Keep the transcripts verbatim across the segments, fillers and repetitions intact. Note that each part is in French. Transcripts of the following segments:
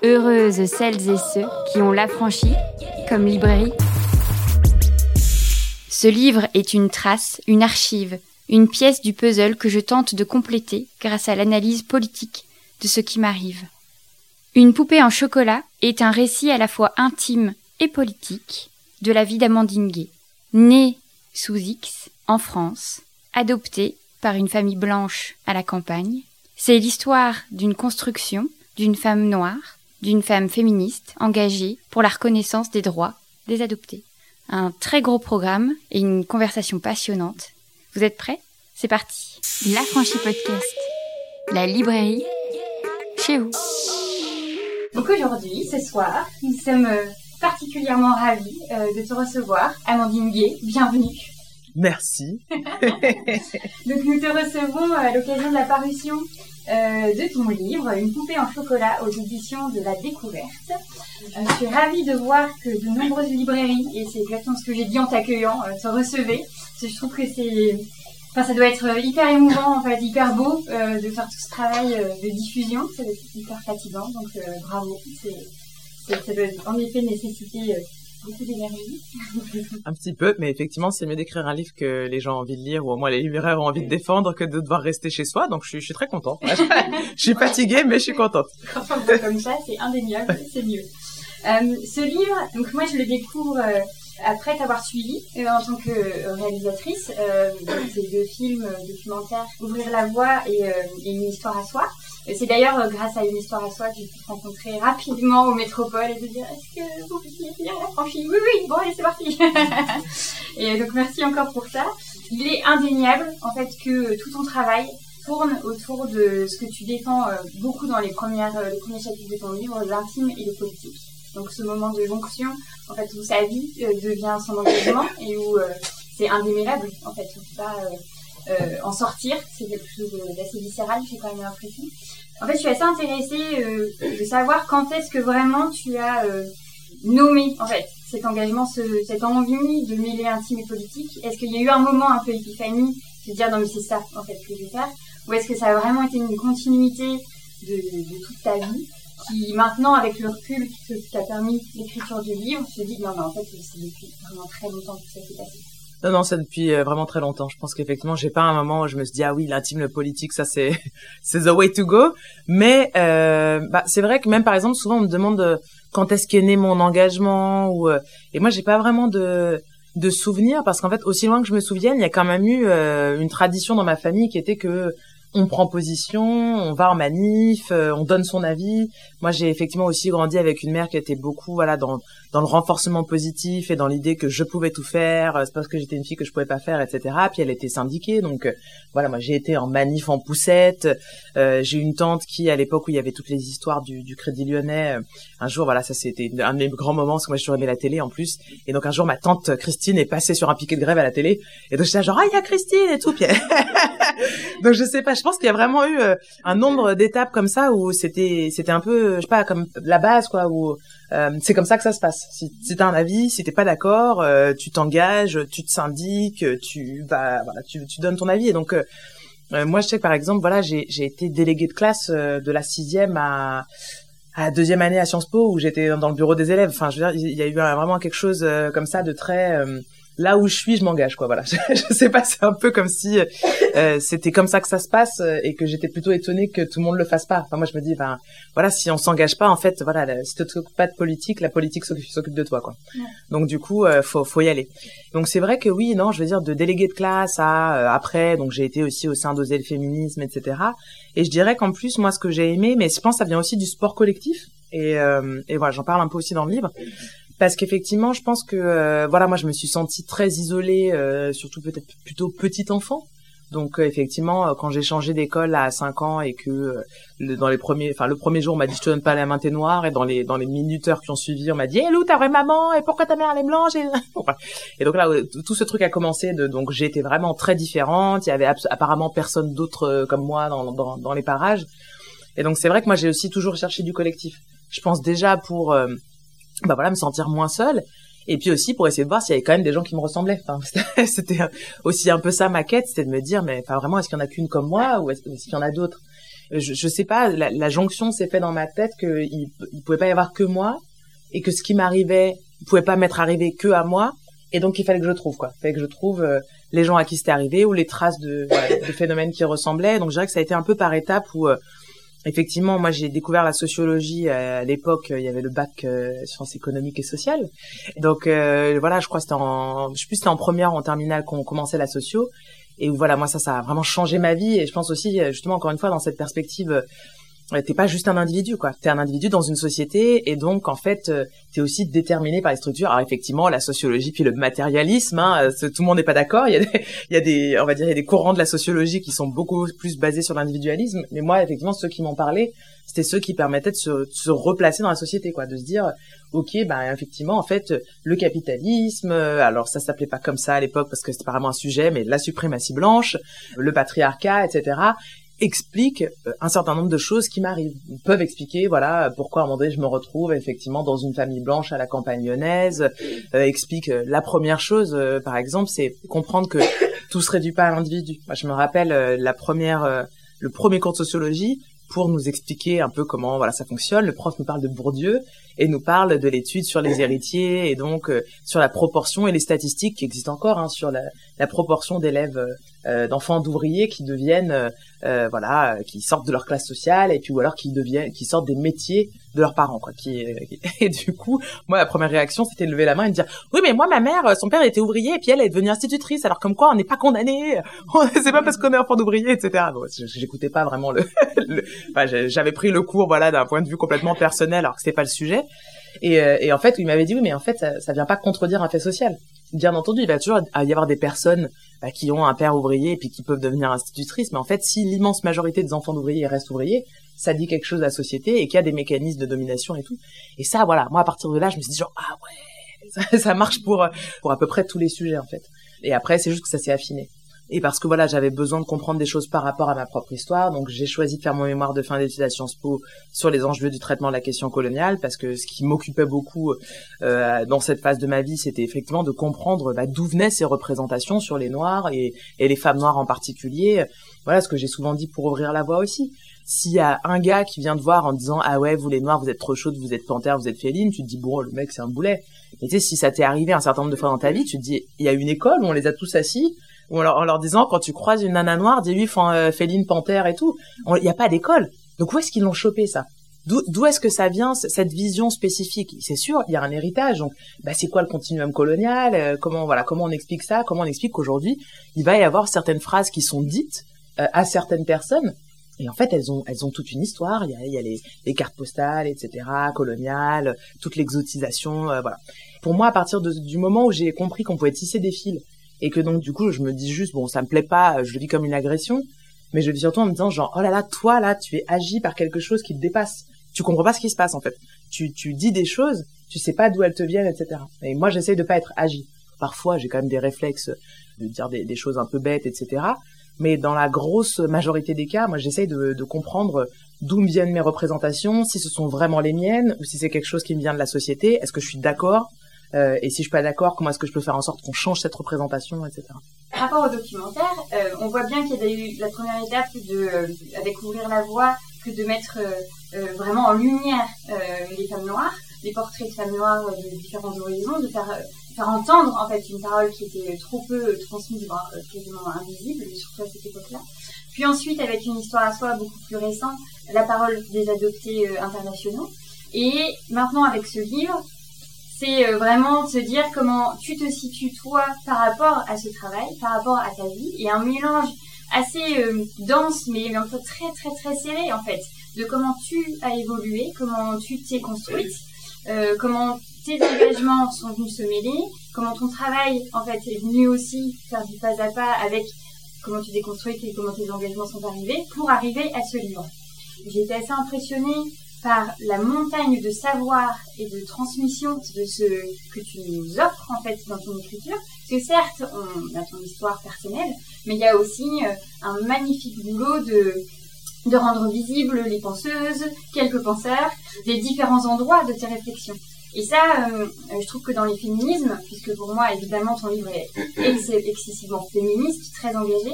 Heureuses celles et ceux qui ont l'affranchi comme librairie. Ce livre est une trace, une archive, une pièce du puzzle que je tente de compléter grâce à l'analyse politique de ce qui m'arrive. Une poupée en chocolat est un récit à la fois intime et politique de la vie d'Amandine Gay, née sous X en France, adoptée par une famille blanche à la campagne. C'est l'histoire d'une construction d'une femme noire, d'une femme féministe engagée pour la reconnaissance des droits des adoptés. Un très gros programme et une conversation passionnante. Vous êtes prêts ? C'est parti. L'Affranchi Podcast, la librairie, chez vous. Donc aujourd'hui, ce soir, nous sommes particulièrement ravis de te recevoir, Amandine Gay. Bienvenue. Merci. Donc nous te recevons à l'occasion de la parution euh, de ton livre, Une poupée en chocolat, aux éditions de La Découverte. Euh, je suis ravie de voir que de nombreuses librairies, et c'est exactement ce que j'ai dit en t'accueillant, euh, te recevaient. Parce que je trouve que c'est, enfin, ça doit être hyper émouvant, en fait, hyper beau euh, de faire tout ce travail euh, de diffusion. Ça doit être hyper fatigant, donc euh, bravo. C'est, c'est, ça doit en effet nécessiter... Euh, beaucoup d'énergie. Un petit peu, mais effectivement, c'est mieux d'écrire un livre que les gens ont envie de lire, ou au moins les libraires ont envie de défendre, que de devoir rester chez soi. Donc, je suis, je suis très contente. Je suis fatiguée, mais je suis contente. Quand on le voit comme ça, c'est indéniable, c'est mieux. Euh, ce livre, donc moi, je le découvre euh, après t'avoir suivi euh, en tant que euh, réalisatrice. Euh, ces deux films euh, documentaires, Ouvrir la voie et, euh, et Une histoire à soi. C'est d'ailleurs euh, grâce à Une histoire à soi que j'ai pu te rencontrer rapidement au Métropole et te dire est-ce que vous pouviez lire L'Affranchi ? Oui, oui, bon allez, c'est parti. Et donc merci encore pour ça. Il est indéniable en fait que tout ton travail tourne autour de ce que tu défends euh, beaucoup dans les, premières, euh, les premiers chapitres de ton livre, l'intime et le politique. Donc ce moment de jonction en fait où sa vie euh, devient son engagement et où euh, c'est indémêlable en fait, on ne peut pas euh, Euh, en sortir, c'est quelque chose d'assez viscéral, j'ai quand même l'impression. En fait, je suis assez intéressée euh, de savoir quand est-ce que vraiment tu as euh, nommé, en fait, cet engagement, ce, cette envie de mêler intime et politique. Est-ce qu'il y a eu un moment un peu épiphanie de dire non mais c'est ça, en fait, que je vais faire, ou est-ce que ça a vraiment été une continuité de, de toute ta vie qui, maintenant, avec le recul que t'a permis l'écriture du livre, je te dis non mais en fait, c'est depuis vraiment très longtemps que ça s'est passé. Non, non, c'est depuis euh, vraiment très longtemps. Je pense qu'effectivement, j'ai pas un moment où je me suis dit ah oui, l'intime, le politique, ça c'est c'est the way to go. Mais euh, bah c'est vrai que même par exemple, souvent on me demande euh, quand est-ce qu'est né mon engagement ou euh, et moi j'ai pas vraiment de de souvenirs parce qu'en fait, aussi loin que je me souvienne, il y a quand même eu euh, une tradition dans ma famille qui était que on prend position, on va en manif, euh, on donne son avis. Moi, j'ai effectivement aussi grandi avec une mère qui était beaucoup, voilà, dans dans le renforcement positif et dans l'idée que je pouvais tout faire. C'est parce que j'étais une fille que je pouvais pas faire, et cetera. Puis elle était syndiquée, donc euh, voilà, moi j'ai été en manif en poussette. Euh, j'ai une tante qui, à l'époque où il y avait toutes les histoires du, du Crédit Lyonnais, euh, un jour, voilà, ça c'était un de mes grands moments parce que moi j'ai toujours aimé la télé en plus. Et donc un jour, ma tante Christine est passée sur un piquet de grève à la télé, et donc j'étais là, genre ah il y a Christine et tout. Puis donc je sais pas. Je pense qu'il y a vraiment eu euh, un nombre d'étapes comme ça où c'était c'était un peu je sais pas comme la base quoi où euh, c'est comme ça que ça se passe. Si, si t'as un avis, si t'es pas d'accord, euh, tu t'engages, tu te syndiques, tu bah voilà tu tu donnes ton avis. Et donc euh, euh, moi je sais que par exemple voilà j'ai j'ai été déléguée de classe euh, de la sixième à à la deuxième année à Sciences Po où j'étais dans le bureau des élèves. Enfin je veux dire il y a eu un, vraiment quelque chose euh, comme ça de très euh, là où je suis, je m'engage, quoi. Voilà. Je, je sais pas, c'est un peu comme si euh, c'était comme ça que ça se passe euh, et que j'étais plutôt étonnée que tout le monde le fasse pas. Enfin, moi, je me dis, ben voilà, si on s'engage pas, en fait, voilà, la, si tu t'occupes pas de politique, la politique s'occupe, s'occupe de toi, quoi. Ouais. Donc du coup, euh, faut faut y aller. Donc c'est vrai que oui, non, je veux dire de délégué de classe à euh, après, donc j'ai été aussi au sein d'Oser le féminisme, et cetera. Et je dirais qu'en plus, moi, ce que j'ai aimé, mais je pense que ça vient aussi du sport collectif. Et euh, et voilà, j'en parle un peu aussi dans le livre. Parce qu'effectivement, je pense que euh, voilà, moi je me suis sentie très isolée, euh, surtout peut-être plutôt petite enfant. Donc euh, effectivement, quand j'ai changé d'école à cinq ans et que euh, le, dans les premiers, enfin le premier jour on m'a dit je te donne pas la main, t'es noire, et dans les dans les minuteurs qui ont suivi, on m'a dit hé hey, Lou, ta vraie maman, et pourquoi ta mère elle est blanche et... et donc là tout ce truc a commencé. De, donc j'ai été vraiment très différente. Il y avait abs- apparemment personne d'autre euh, comme moi dans, dans dans les parages. Et donc c'est vrai que moi j'ai aussi toujours cherché du collectif. Je pense déjà pour euh, bah voilà me sentir moins seule, et puis aussi pour essayer de voir s'il y avait quand même des gens qui me ressemblaient. Enfin c'était, c'était aussi un peu ça ma quête, c'était de me dire mais enfin vraiment est-ce qu'il y en a qu'une comme moi ou est-ce, est-ce qu'il y en a d'autres. je, je sais pas, la, la jonction s'est faite dans ma tête que il, il pouvait pas y avoir que moi et que ce qui m'arrivait pouvait pas m'être arrivé que à moi. Et donc, il fallait que je trouve, quoi. Il fallait que je trouve euh, les gens à qui c'était arrivé ou les traces de, voilà, de phénomènes qui ressemblaient. Donc, je dirais que ça a été un peu par étapes où, euh, effectivement, moi, j'ai découvert la sociologie. Euh, à l'époque, euh, il y avait le bac euh, sciences économiques et sociales. Donc, euh, voilà, je crois que c'était en, je sais plus, c'était en première ou en terminale qu'on commençait la socio. Et où, voilà, moi, ça, ça a vraiment changé ma vie. Et je pense aussi, justement, encore une fois, dans cette perspective, euh, t'es pas juste un individu, quoi. T'es un individu dans une société, et donc en fait, euh, t'es aussi déterminé par les structures. Alors effectivement, la sociologie puis le matérialisme, hein, euh, tout le monde n'est pas d'accord. Il y a, des, il y a des, on va dire, il y a des courants de la sociologie qui sont beaucoup plus basés sur l'individualisme. Mais moi, effectivement, ceux qui m'ont parlé, c'était ceux qui permettaient de se, de se replacer dans la société, quoi, de se dire, ok, ben effectivement, en fait, le capitalisme, alors ça s'appelait pas comme ça à l'époque parce que c'était pas vraiment un sujet, mais la suprématie blanche, le patriarcat, et cetera explique un certain nombre de choses qui m'arrivent. Ils peuvent expliquer, voilà, pourquoi à un moment donné je me retrouve effectivement dans une famille blanche à la campagne lyonnaise. Euh, explique euh, la première chose, euh, par exemple, c'est comprendre que tout se réduit pas à l'individu. Moi, je me rappelle euh, la première, euh, le premier cours de sociologie pour nous expliquer un peu comment voilà ça fonctionne. Le prof nous parle de Bourdieu et nous parle de l'étude sur les héritiers et donc euh, sur la proportion et les statistiques qui existent encore hein, sur la, la proportion d'élèves euh, d'enfants d'ouvriers qui deviennent euh, euh, voilà qui sortent de leur classe sociale et puis ou alors qui deviennent qui sortent des métiers de leurs parents quoi qui et du coup moi la première réaction c'était de lever la main et de dire oui mais moi ma mère son père était ouvrier et puis elle est devenue institutrice alors comme quoi on n'est pas condamné c'est pas parce qu'on est enfant d'ouvrier etc bon, j'écoutais pas vraiment le, le enfin j'avais pris le cours voilà d'un point de vue complètement personnel alors que c'était pas le sujet et, euh, et en fait il m'avait dit oui mais en fait ça, ça vient pas contredire un fait social. Bien entendu il va toujours y avoir des personnes bah, qui ont un père ouvrier et puis qui peuvent devenir institutrices mais en fait si l'immense majorité des enfants d'ouvriers restent ouvriers ça dit quelque chose de la société et qu'il y a des mécanismes de domination et tout et ça voilà moi à partir de là je me suis dit genre ah ouais ça, ça marche pour pour à peu près tous les sujets en fait et après c'est juste que ça s'est affiné. Et parce que voilà, j'avais besoin de comprendre des choses par rapport à ma propre histoire, donc j'ai choisi de faire mon mémoire de fin d'études à Sciences Po sur les enjeux du traitement de la question coloniale, parce que ce qui m'occupait beaucoup euh, dans cette phase de ma vie, c'était effectivement de comprendre bah, d'où venaient ces représentations sur les Noirs et, et les femmes noires en particulier. Voilà ce que j'ai souvent dit pour ouvrir la voie aussi. S'il y a un gars qui vient te voir en disant « Ah ouais, vous les Noirs, vous êtes trop chaudes, vous êtes panthères, vous êtes félines », tu te dis « Bon, le mec, c'est un boulet ». Mais tu sais, si ça t'est arrivé un certain nombre de fois dans ta vie, tu te dis « Il y a une école où on les a tous assis », ou en leur, en leur disant, quand tu croises une nana noire, dis-lui euh, féline, panthère et tout. Il n'y a pas d'école. Donc où est-ce qu'ils l'ont chopé, ça? D'où, d'où est-ce que ça vient, cette vision spécifique? C'est sûr, il y a un héritage. Donc, bah, c'est quoi le continuum colonial? euh, Comment, voilà, comment on explique ça? Comment on explique qu'aujourd'hui, il va y avoir certaines phrases qui sont dites euh, à certaines personnes. Et en fait, elles ont, elles ont toute une histoire. Il y a, il y a les, les cartes postales, et cetera, coloniales, toute l'exotisation, euh, voilà. Pour moi, à partir de, du moment où j'ai compris qu'on pouvait tisser des fils, et que donc, du coup, je me dis juste, bon, ça me plaît pas, je le vis comme une agression, mais je le vis surtout en me disant, genre, oh là là, toi, là, tu es agi par quelque chose qui te dépasse. Tu comprends pas ce qui se passe, en fait. Tu, tu dis des choses, tu sais pas d'où elles te viennent, et cetera. Et moi, j'essaye de pas être agi. Parfois, j'ai quand même des réflexes de dire des, des choses un peu bêtes, et cetera. Mais dans la grosse majorité des cas, moi, j'essaye de, de comprendre d'où me viennent mes représentations, si ce sont vraiment les miennes, ou si c'est quelque chose qui me vient de la société. Est-ce que je suis d'accord? Euh, et si je suis pas d'accord, comment est-ce que je peux faire en sorte qu'on change cette représentation, et cetera. Par rapport au documentaire, euh, on voit bien qu'il y a eu la première étape de, euh, avec Ouvrir la voie, que de mettre euh, euh, vraiment en lumière euh, les femmes noires, les portraits de femmes noires de différents horizons, de faire, euh, faire entendre en fait une parole qui était trop peu transmise, voire euh, quasiment invisible, surtout à cette époque-là. Puis ensuite, avec une histoire à soi beaucoup plus récente, la parole des adoptés euh, internationaux. Et maintenant, avec ce livre, c'est vraiment de se dire comment tu te situes toi par rapport à ce travail, par rapport à ta vie, et un mélange assez euh, dense mais un peu très très très serré en fait, de comment tu as évolué, comment tu t'es construite, euh, comment tes engagements sont venus se mêler, comment ton travail en fait est venu aussi faire du pas à pas avec comment tu t'es construite et comment tes engagements sont arrivés pour arriver à ce livre. J'ai été assez impressionnée par la montagne de savoir et de transmission de ce que tu nous offres en fait dans ton écriture. Parce que certes, on a ton histoire personnelle, mais il y a aussi un magnifique boulot de, de rendre visibles les penseuses, quelques penseurs, des différents endroits de tes réflexions. Et ça, euh, je trouve que dans les féminismes, puisque pour moi, évidemment, ton livre est ex- excessivement féministe, très engagé,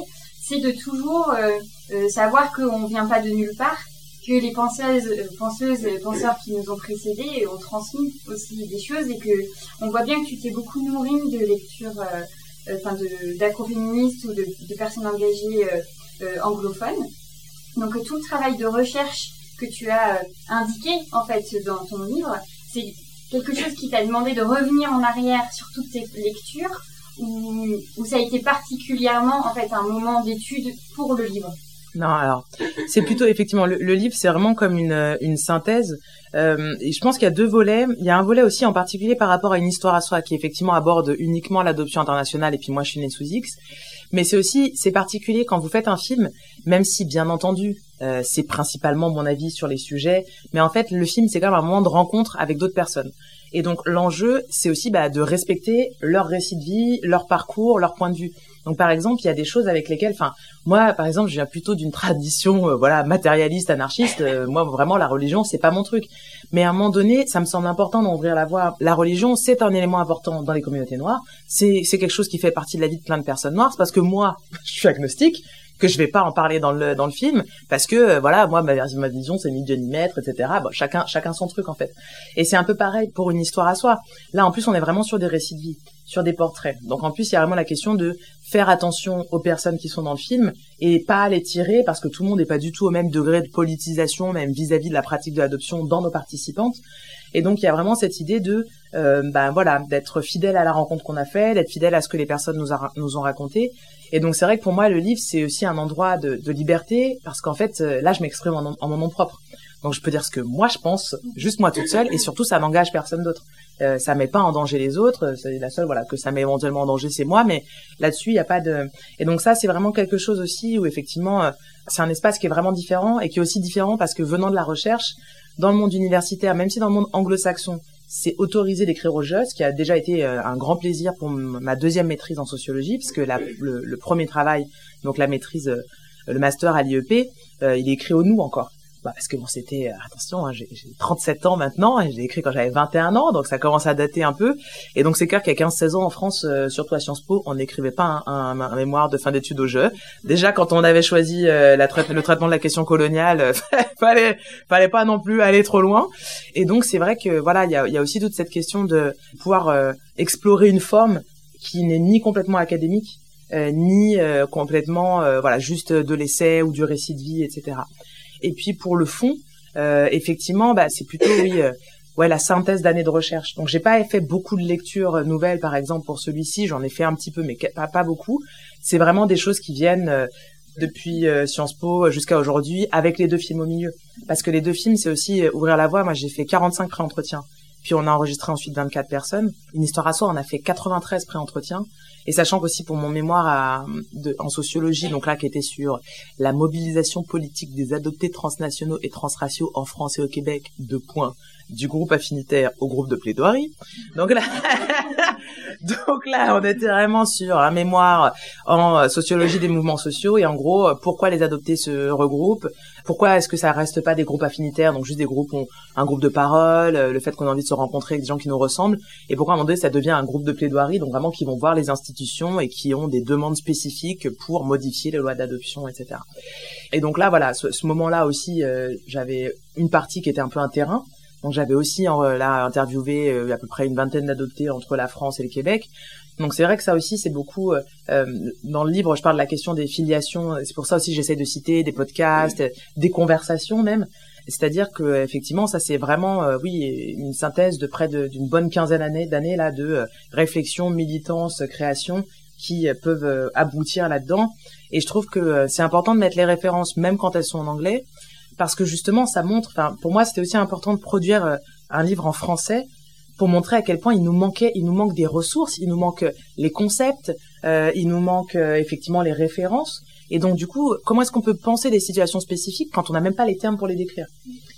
c'est de toujours euh, euh, savoir qu'on vient pas de nulle part, que les penseuses, euh, penseuses, euh, penseurs qui nous ont précédés ont transmis aussi des choses et que on voit bien que tu t'es beaucoup nourrie de lectures, euh, euh, enfin de d'afroféministes ou de, de personnes engagées euh, euh, anglophones. Donc tout le travail de recherche que tu as euh, indiqué en fait dans ton livre, c'est quelque chose qui t'a demandé de revenir en arrière sur toutes tes lectures, ou, ou ça a été particulièrement en fait un moment d'étude pour le livre? Non, alors c'est plutôt effectivement le, le livre, c'est vraiment comme une une synthèse. Euh, et je pense qu'il y a deux volets. Il y a un volet aussi en particulier par rapport à une histoire à soi qui effectivement aborde uniquement l'adoption internationale. Et puis moi, je suis née sous X. Mais c'est aussi c'est particulier quand vous faites un film, même si bien entendu euh, c'est principalement mon avis sur les sujets. Mais en fait, le film c'est quand même un moment de rencontre avec d'autres personnes. Et donc l'enjeu, c'est aussi bah, de respecter leur récit de vie, leur parcours, leur point de vue. Donc par exemple, il y a des choses avec lesquelles, enfin moi par exemple, je viens plutôt d'une tradition euh, voilà matérialiste, anarchiste. Euh, moi vraiment la religion c'est pas mon truc. Mais à un moment donné, ça me semble important d'ouvrir la voie. La religion c'est un élément important dans les communautés noires. C'est c'est quelque chose qui fait partie de la vie de plein de personnes noires. C'est parce que moi je suis agnostique que je vais pas en parler dans le dans le film parce que euh, voilà moi ma, ma vision c'est ni Dieu ni maître, etc. Bon, chacun chacun son truc en fait. Et c'est un peu pareil pour une histoire à soi. Là en plus on est vraiment sur des récits de vie, sur des portraits. Donc en plus il y a vraiment la question de faire attention aux personnes qui sont dans le film et pas les tirer parce que tout le monde n'est pas du tout au même degré de politisation même vis-à-vis de la pratique de l'adoption dans nos participantes. Et donc il y a vraiment cette idée de euh, ben voilà d'être fidèle à la rencontre qu'on a fait, d'être fidèle à ce que les personnes nous, a, nous ont raconté. Et donc c'est vrai que pour moi le livre c'est aussi un endroit de, de liberté parce qu'en fait euh, là je m'exprime en, en mon nom propre. Donc je peux dire ce que moi je pense, juste moi toute seule, et surtout ça n'engage personne d'autre. Euh, ça met pas en danger les autres. C'est la seule voilà que ça met éventuellement en danger c'est moi, mais là-dessus il y a pas de. Et donc ça c'est vraiment quelque chose aussi où effectivement euh, c'est un espace qui est vraiment différent et qui est aussi différent parce que venant de la recherche dans le monde universitaire, même si dans le monde anglo-saxon c'est autorisé d'écrire au jeu, ce qui a déjà été euh, un grand plaisir pour m- ma deuxième maîtrise en sociologie, puisque la, le, le premier travail, donc la maîtrise, euh, le master à l'I E P, euh, il est écrit au nous encore. Bah, parce que bon, c'était, euh, attention, hein, j'ai, j'ai trente-sept ans maintenant, et j'ai écrit quand j'avais vingt et un ans, donc ça commence à dater un peu. Et donc c'est clair qu'à quinze seize ans en France, euh, surtout à Sciences Po, on n'écrivait pas un, un, un mémoire de fin d'études au jeu. Déjà, quand on avait choisi euh, la tra- le traitement de la question coloniale, euh, fallait, fallait pas non plus aller trop loin. Et donc c'est vrai que voilà, il y a, y a aussi toute cette question de pouvoir euh, explorer une forme qui n'est ni complètement académique, euh, ni euh, complètement euh, voilà juste de l'essai ou du récit de vie, et cetera. Et puis pour le fond, euh, effectivement, bah, c'est plutôt oui, euh, ouais, la synthèse d'années de recherche. Donc j'ai pas fait beaucoup de lectures nouvelles, par exemple pour celui-ci, j'en ai fait un petit peu, mais pas, pas beaucoup. C'est vraiment des choses qui viennent euh, depuis euh, Sciences Po jusqu'à aujourd'hui, avec les deux films au milieu. Parce que les deux films, c'est aussi euh, ouvrir la voie. Moi, j'ai fait quarante-cinq pré-entretiens, puis on a enregistré ensuite vingt-quatre personnes. Une histoire à soi, on a fait quatre-vingt-treize pré-entretiens. Et sachant qu'aussi pour mon mémoire à, de, en sociologie, donc là qui était sur la mobilisation politique des adoptés transnationaux et transraciaux en France et au Québec, deux points, du groupe affinitaire au groupe de plaidoirie. Donc là, donc là, on était vraiment sur un mémoire en sociologie des mouvements sociaux et en gros, pourquoi les adoptés se regroupent, pourquoi est-ce que ça reste pas des groupes affinitaires, donc juste des groupes, ont un groupe de parole, le fait qu'on a envie de se rencontrer avec des gens qui nous ressemblent, et pourquoi à un moment donné ça devient un groupe de plaidoirie, donc vraiment qui vont voir les institutions et qui ont des demandes spécifiques pour modifier les lois d'adoption, et cetera. Et donc là, voilà, ce, ce moment-là aussi, euh, j'avais une partie qui était un peu un terrain. Donc j'avais aussi euh, là interviewé euh, à peu près une vingtaine d'adoptés entre la France et le Québec. Donc c'est vrai que ça aussi c'est beaucoup euh, dans le livre je parle de la question des filiations, c'est pour ça aussi que j'essaie de citer des podcasts, des conversations même. C'est-à-dire que effectivement ça c'est vraiment euh, oui une synthèse de près de, d'une bonne quinzaine d'années d'années là de euh, réflexion, militance, création qui euh, peuvent euh, aboutir là-dedans. Et je trouve que euh, c'est important de mettre les références même quand elles sont en anglais. Parce que justement, ça montre, enfin, pour moi, c'était aussi important de produire euh, un livre en français pour montrer à quel point il nous manquait, il nous manque des ressources, il nous manque les concepts, euh, il nous manque euh, effectivement les références. Et donc, du coup, comment est-ce qu'on peut penser des situations spécifiques quand on n'a même pas les termes pour les décrire ?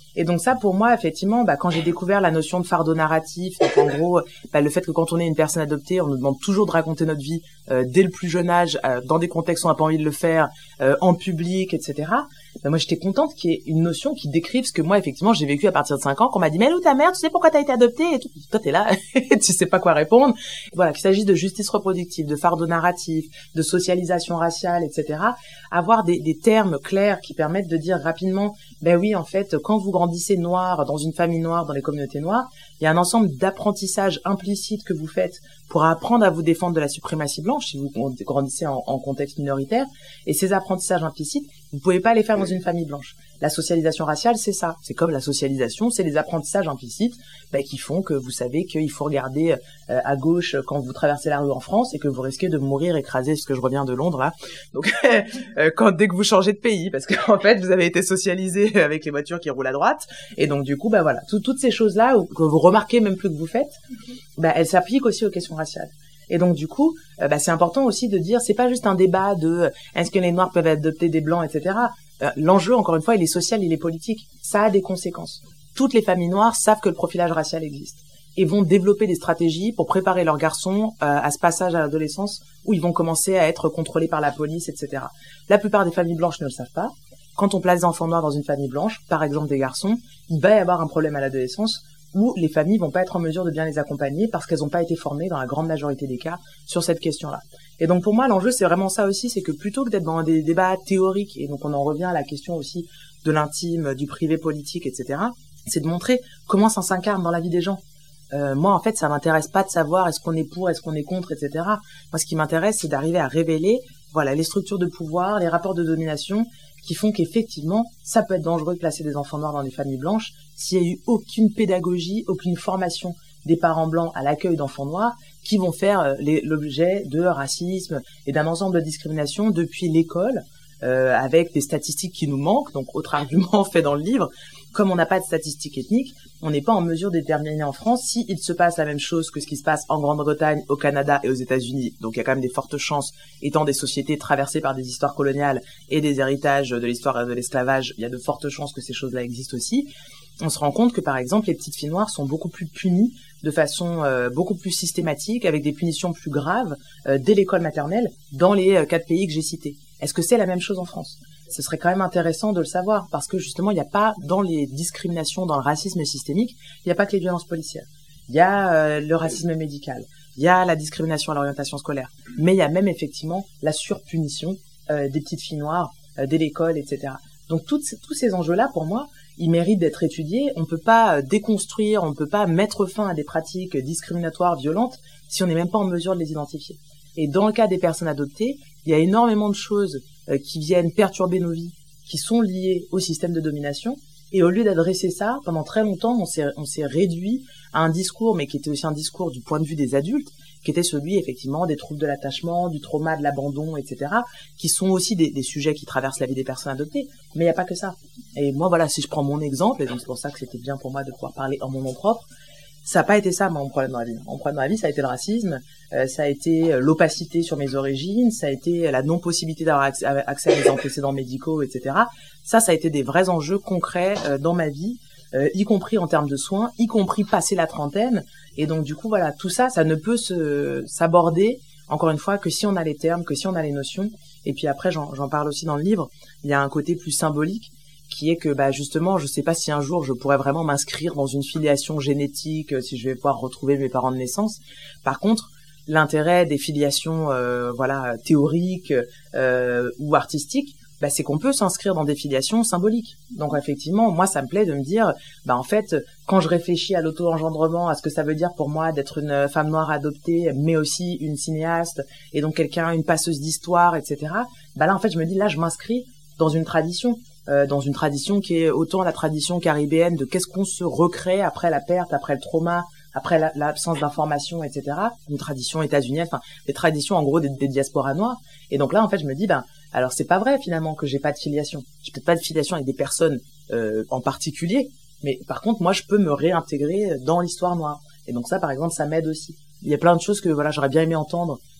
Et donc ça, pour moi, effectivement, bah, quand j'ai découvert la notion de fardeau narratif, donc en gros, bah, le fait que quand on est une personne adoptée, on nous demande toujours de raconter notre vie euh, dès le plus jeune âge, euh, dans des contextes où on n'a pas envie de le faire, euh, en public, et cetera. Bah, moi, j'étais contente qu'il y ait une notion qui décrive ce que moi, effectivement, j'ai vécu à partir de cinq ans, qu'on m'a dit, mais elle est où ta mère, tu sais pourquoi t'as été adoptée et tout. Toi, t'es là, tu sais pas quoi répondre. Et voilà, qu'il s'agisse de justice reproductive, de fardeau narratif, de socialisation raciale, et cetera. Avoir des, des termes clairs qui permettent de dire rapidement, ben oui, en fait, quand vous grandissez noir, dans une famille noire, dans les communautés noires, il y a un ensemble d'apprentissages implicites que vous faites pour apprendre à vous défendre de la suprématie blanche si vous grandissez en, en contexte minoritaire. Et ces apprentissages implicites, vous pouvez pas les faire dans une famille blanche. La socialisation raciale, c'est ça. C'est comme la socialisation, c'est les apprentissages implicites ben, qui font que vous savez qu'il faut regarder euh, à gauche quand vous traversez la rue en France et que vous risquez de mourir écrasé, parce que je reviens de Londres là. Donc euh, quand dès que vous changez de pays, parce qu'en fait vous avez été socialisé avec les voitures qui roulent à droite, et donc du coup ben voilà, tout, toutes ces choses là que vous remarquez même plus que vous faites, ben elles s'appliquent aussi aux questions raciales. Et donc du coup, euh, bah, c'est important aussi de dire, c'est pas juste un débat de euh, est-ce que les Noirs peuvent adopter des Blancs, et cetera. Euh, l'enjeu, encore une fois, il est social, il est politique. Ça a des conséquences. Toutes les familles noires savent que le profilage racial existe et vont développer des stratégies pour préparer leurs garçons euh, à ce passage à l'adolescence où ils vont commencer à être contrôlés par la police, et cetera. La plupart des familles blanches ne le savent pas. Quand on place des enfants noirs dans une famille blanche, par exemple des garçons, il va y avoir un problème à l'adolescence où les familles vont pas être en mesure de bien les accompagner parce qu'elles n'ont pas été formées dans la grande majorité des cas sur cette question-là. Et donc pour moi, l'enjeu, c'est vraiment ça aussi, c'est que plutôt que d'être dans des débats théoriques, et donc on en revient à la question aussi de l'intime, du privé politique, et cetera, c'est de montrer comment ça s'incarne dans la vie des gens. Euh, moi, en fait, ça m'intéresse pas de savoir est-ce qu'on est pour, est-ce qu'on est contre, et cetera. Moi, ce qui m'intéresse, c'est d'arriver à révéler, voilà, les structures de pouvoir, les rapports de domination, qui font qu'effectivement, ça peut être dangereux de placer des enfants noirs dans des familles blanches s'il n'y a eu aucune pédagogie, aucune formation des parents blancs à l'accueil d'enfants noirs qui vont faire euh, les, l'objet de racisme et d'un ensemble de discrimination depuis l'école, euh, avec des statistiques qui nous manquent. Donc, autre argument fait dans le livre, comme on n'a pas de statistiques ethniques, on n'est pas en mesure de déterminer en France s'il se passe la même chose que ce qui se passe en Grande-Bretagne, au Canada et aux États-Unis. Donc il y a quand même des fortes chances, étant des sociétés traversées par des histoires coloniales et des héritages de l'histoire de l'esclavage, il y a de fortes chances que ces choses-là existent aussi. On se rend compte que par exemple les petites filles noires sont beaucoup plus punies de façon euh, beaucoup plus systématique, avec des punitions plus graves euh, dès l'école maternelle dans les euh, quatre pays que j'ai cités. Est-ce que c'est la même chose en France ? Ce serait quand même intéressant de le savoir, parce que justement, il n'y a pas, dans les discriminations, dans le racisme systémique, il n'y a pas que les violences policières. Il y a euh, le racisme médical, il y a la discrimination à l'orientation scolaire, mais il y a même effectivement la surpunition euh, des petites filles noires euh, dès l'école, et cetera. Donc toutes, tous ces enjeux-là, pour moi, ils méritent d'être étudiés. On ne peut pas déconstruire, on ne peut pas mettre fin à des pratiques discriminatoires, violentes, si on n'est même pas en mesure de les identifier. Et dans le cas des personnes adoptées, il y a énormément de choses euh, qui viennent perturber nos vies, qui sont liées au système de domination. Et au lieu d'adresser ça, pendant très longtemps, on s'est, on s'est réduit à un discours, mais qui était aussi un discours du point de vue des adultes, qui était celui, effectivement, des troubles de l'attachement, du trauma de l'abandon, et cetera, qui sont aussi des, des sujets qui traversent la vie des personnes adoptées. Mais il n'y a pas que ça. Et moi, voilà, si je prends mon exemple, et donc c'est pour ça que c'était bien pour moi de pouvoir parler en mon nom propre, ça n'a pas été ça, mon problème dans la vie. Mon problème dans la vie, ça a été le racisme, euh, ça a été l'opacité sur mes origines, ça a été la non-possibilité d'avoir accès, accès à mes antécédents médicaux, et cetera. Ça, ça a été des vrais enjeux concrets euh, dans ma vie, euh, y compris en termes de soins, y compris passer la trentaine. Et donc, du coup, voilà, tout ça, ça ne peut se, s'aborder, encore une fois, que si on a les termes, que si on a les notions. Et puis après, j'en, j'en parle aussi dans le livre, il y a un côté plus symbolique, qui est que bah justement, je sais pas si un jour je pourrais vraiment m'inscrire dans une filiation génétique, si je vais pouvoir retrouver mes parents de naissance. Par contre, l'intérêt des filiations euh, voilà théoriques euh, ou artistiques, bah c'est qu'on peut s'inscrire dans des filiations symboliques. Donc effectivement, moi ça me plaît de me dire bah en fait, quand je réfléchis à l'auto-engendrement, à ce que ça veut dire pour moi d'être une femme noire adoptée, mais aussi une cinéaste et donc quelqu'un, une passeuse d'histoire, et cetera. Bah là en fait, je me dis là je m'inscris dans une tradition. Euh, dans une tradition qui est autant la tradition caribéenne de qu'est-ce qu'on se recrée après la perte, après le trauma, après la, l'absence d'information, et cetera. Une tradition états-unienne, enfin des traditions en gros des, des diasporas noires. Et donc là, en fait, je me dis, ben, alors c'est pas vrai finalement que j'ai pas de filiation. J'ai peut-être pas de filiation avec des personnes euh, en particulier, mais par contre, moi, je peux me réintégrer dans l'histoire noire. Et donc ça, par exemple, ça m'aide aussi. Il y a plein de choses que voilà, j'aurais bien aimé entendre